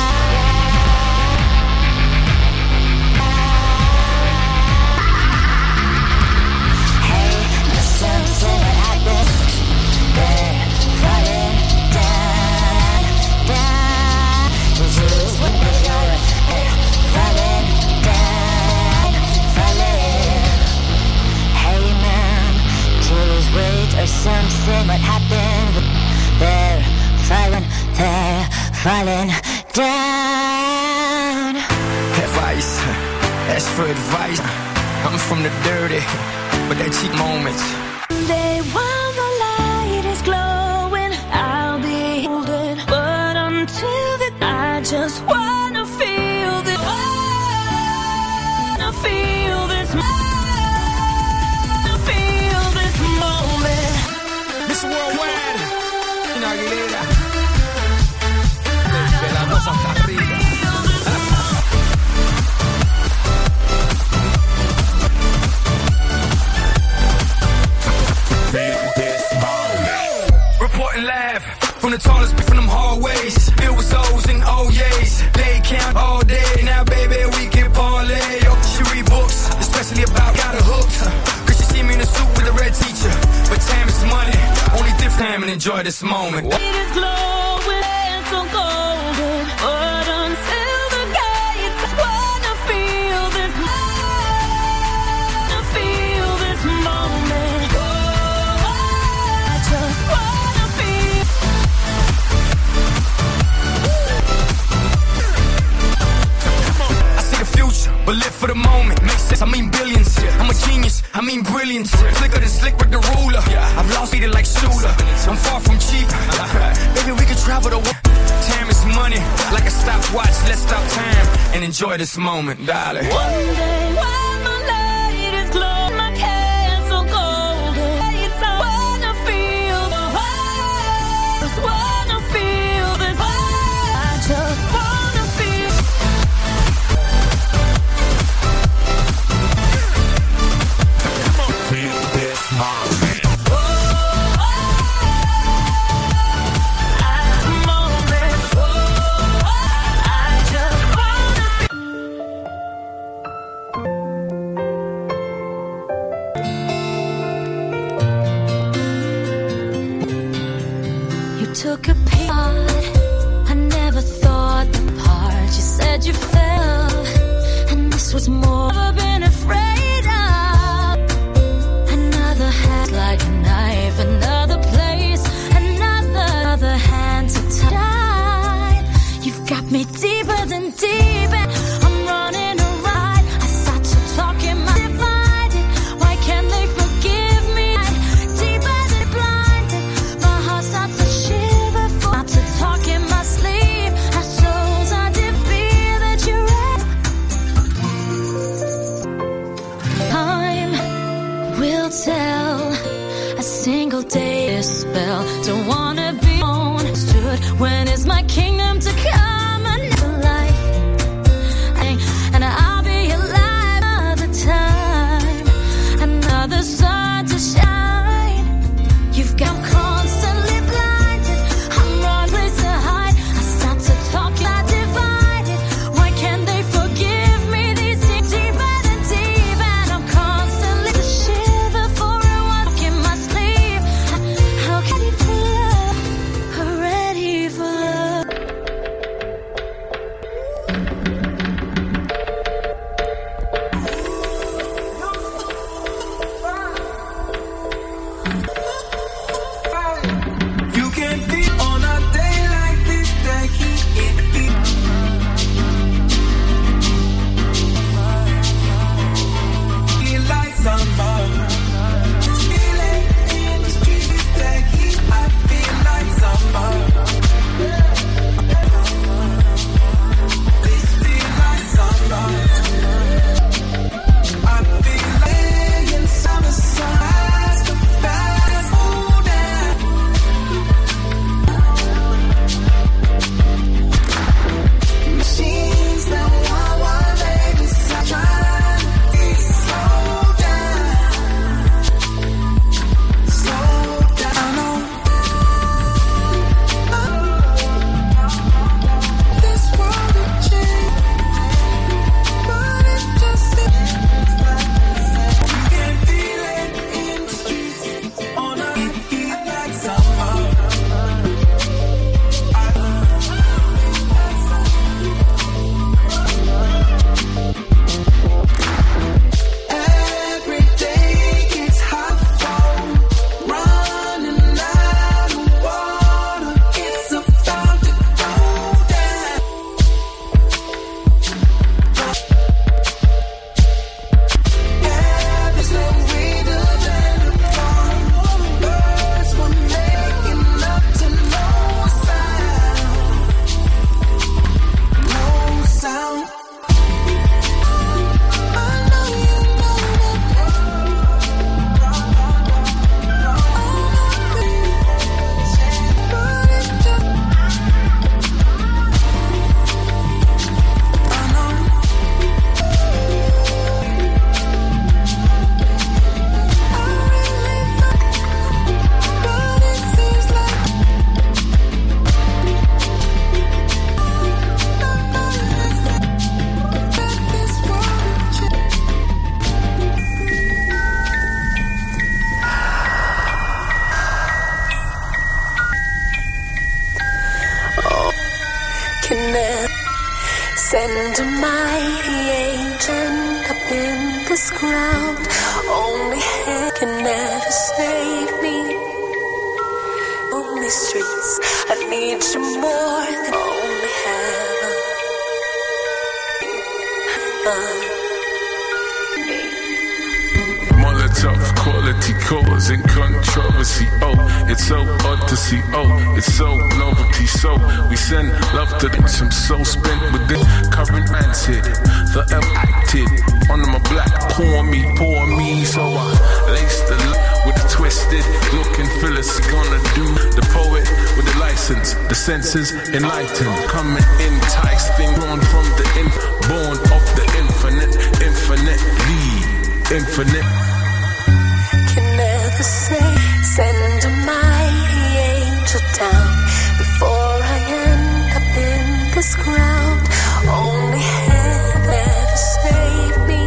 Hey, there's something what happened. They're falling down, down. Did you lose what was your hey, falling down, falling. Hey man, to lose weight or something what happened. They're falling, they're falling down. Advice, ask for advice. I'm from the dirty, but that cheap moments. They while the light is glowing, I'll be holding. But until then, I just wanna feel this. Wanna feel this. Wanna feel this moment. This worldwide, Cristina Aguilera. De las dos hasta arriba. Reporting live from the tallest peak from them hallways. Filled with souls and oh yeas. They count all day. Now baby we can parlay. Oh, she read books, especially about got her hooked. Cause she see me in a suit with a red teacher. But time is money. Only different time and enjoy this moment. It is glowing and so golden. But until the gates, I wanna feel this. Wanna feel this moment. Oh, I just wanna feel. I see the future, but live for the moment. Makes sense, I mean billions. I'm a genius, I mean brilliant. Slicker than slick with the ruler. I've lost it like shooter. I'm far from cheap. Baby, we can travel the world. Time is money, like a stopwatch. Let's stop time and enjoy this moment, darling. One day while my light is glowing, my hair so golden. It's I wanna feel the high. Just wanna feel this high. I just wanna feel. Feel this moment. Took a part, I never thought the part you said you felt, and this was more I've been afraid of. Another hand like a knife, another place, another other hand to tie. You've got me deeper than deep, and I'm running a ride. I start to talk in my divided. Why can't they forgive me? Deeper than blinded, my heart starts to shiver. To talk in my sleep, our souls are defeated that you're at. Time will tell. A single day is spell. Don't wanna be understood. When is my kingdom to come? Another life can never send a mighty agent up in this ground. Only hell can never save me. Only streets, I need you more than only heaven. Uh, Molotov quality causing controversy. Oh, it's so odd to see. Oh, it's so novelty. So we send love to them. I'm so spent with this current man's hit. The M acted on my black. Pour me, pour me. So I lace the l- with the twisted looking Phyllis. Gonna do the poet with the license. The senses enlightened. Coming enticed. Thing born from the inf. Born of the infinite. Infinitely. Infinite. Can never say, send a mighty angel down before I end up in this ground. Only heaven never save me.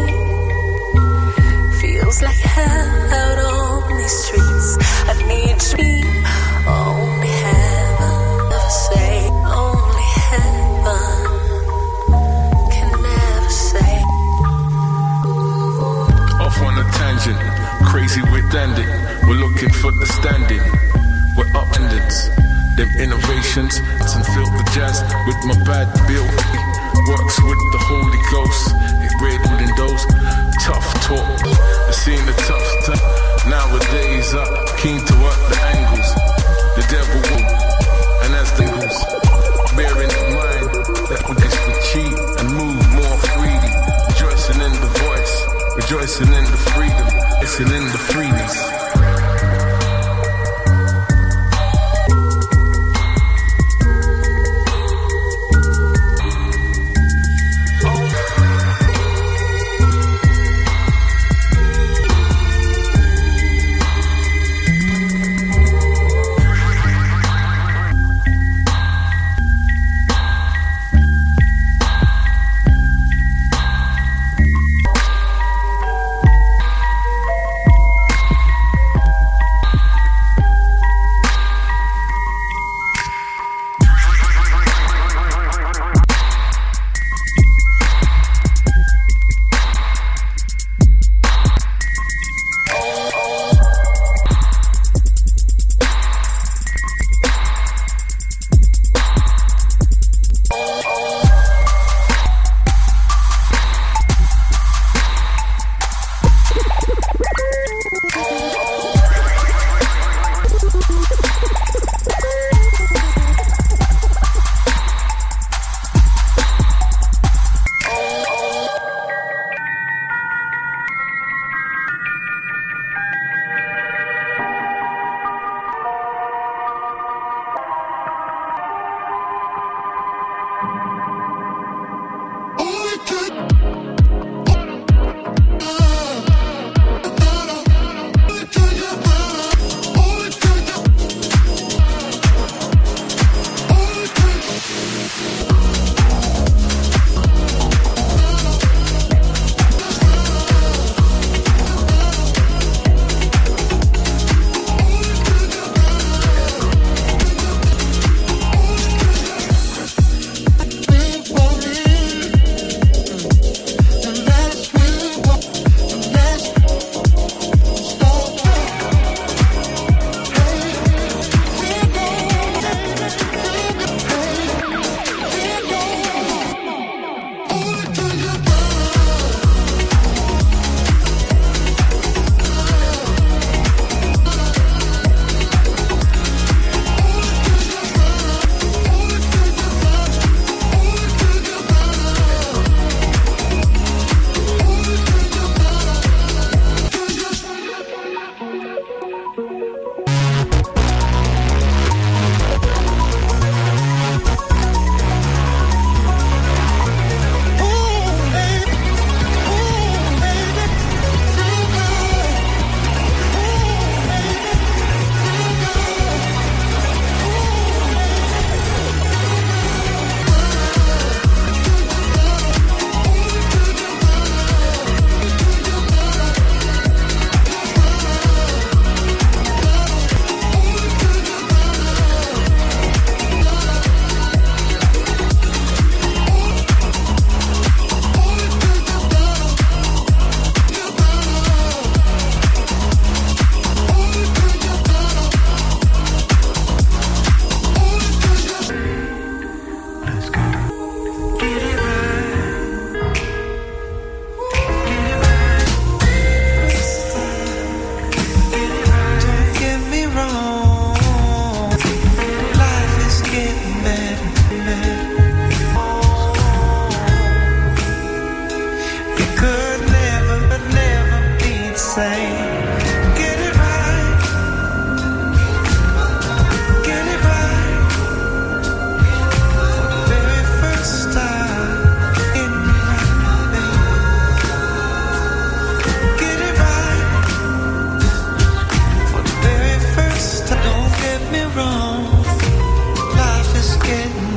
Feels like hell out on these streets. I need you. Only heaven never save. Only heaven can never save. Off on a tangent, crazy redundant. We're looking for the standing. We're upendeds. Them innovations, and feel the jazz with my bad bill. Works with the Holy Ghost. It riddled in those tough talk. I seen the tough stuff. Nowadays, I'm keen to work the angles. The devil will, and as the goose, bearing in mind that we just be cheap and move more freely. Rejoicing in the voice, rejoicing in the freedom, rejoicing in the freeness.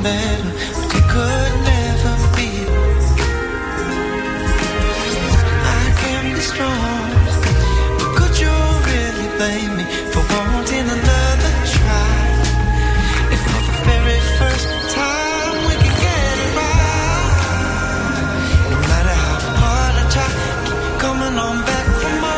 matter, like it could never be. I can be strong, but could you really blame me for wanting another try? If for the very first time we can get it right, no matter how hard I try, keep coming on back for more.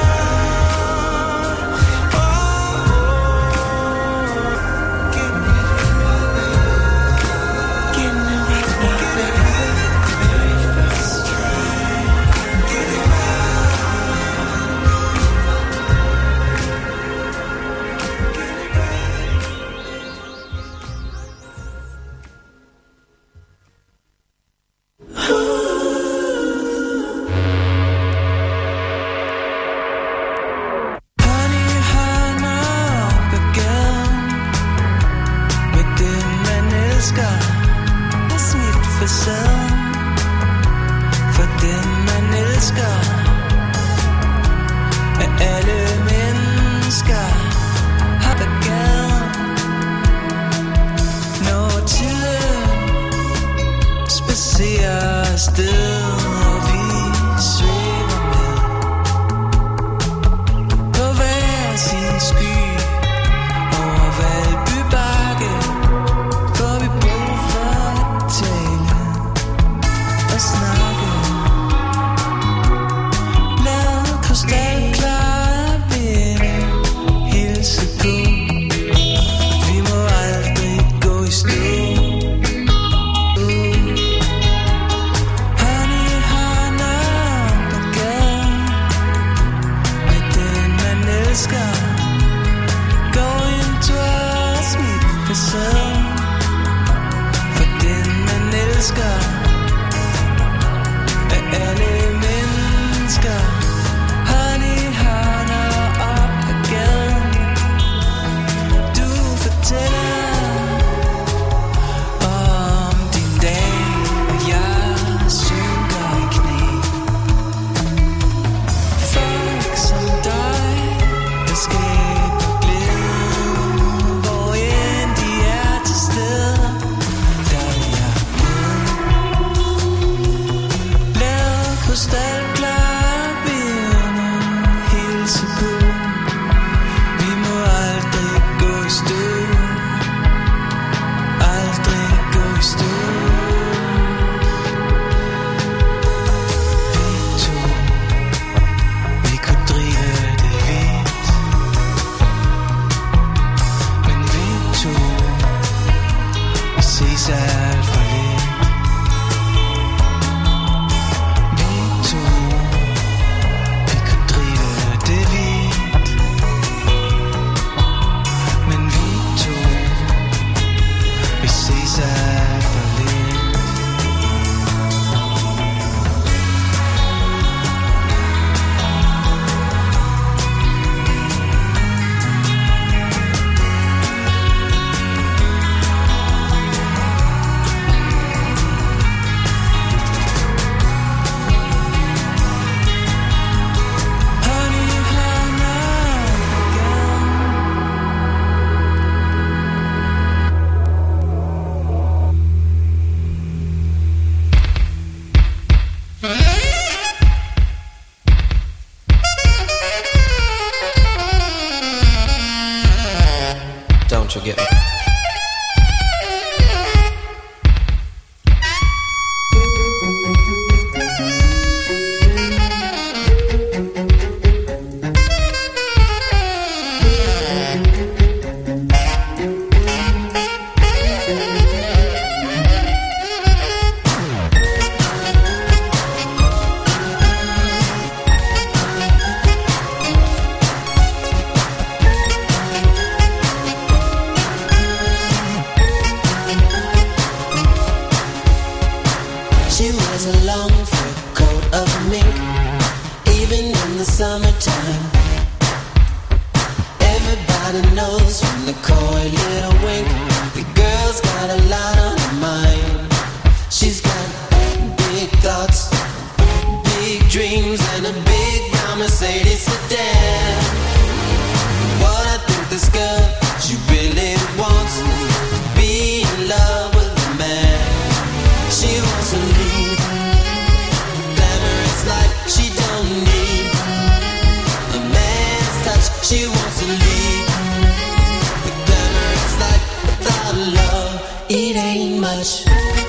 much.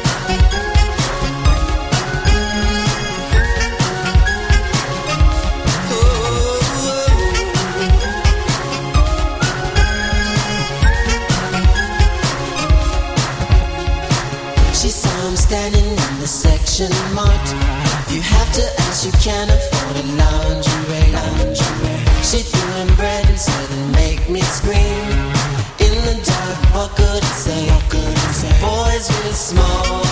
She saw him standing in the section marked. If you have to ask, you can't afford a lingerie, lingerie. She threw him bread and said it make me scream. In the dark, what could it say? What could it say? Boys with small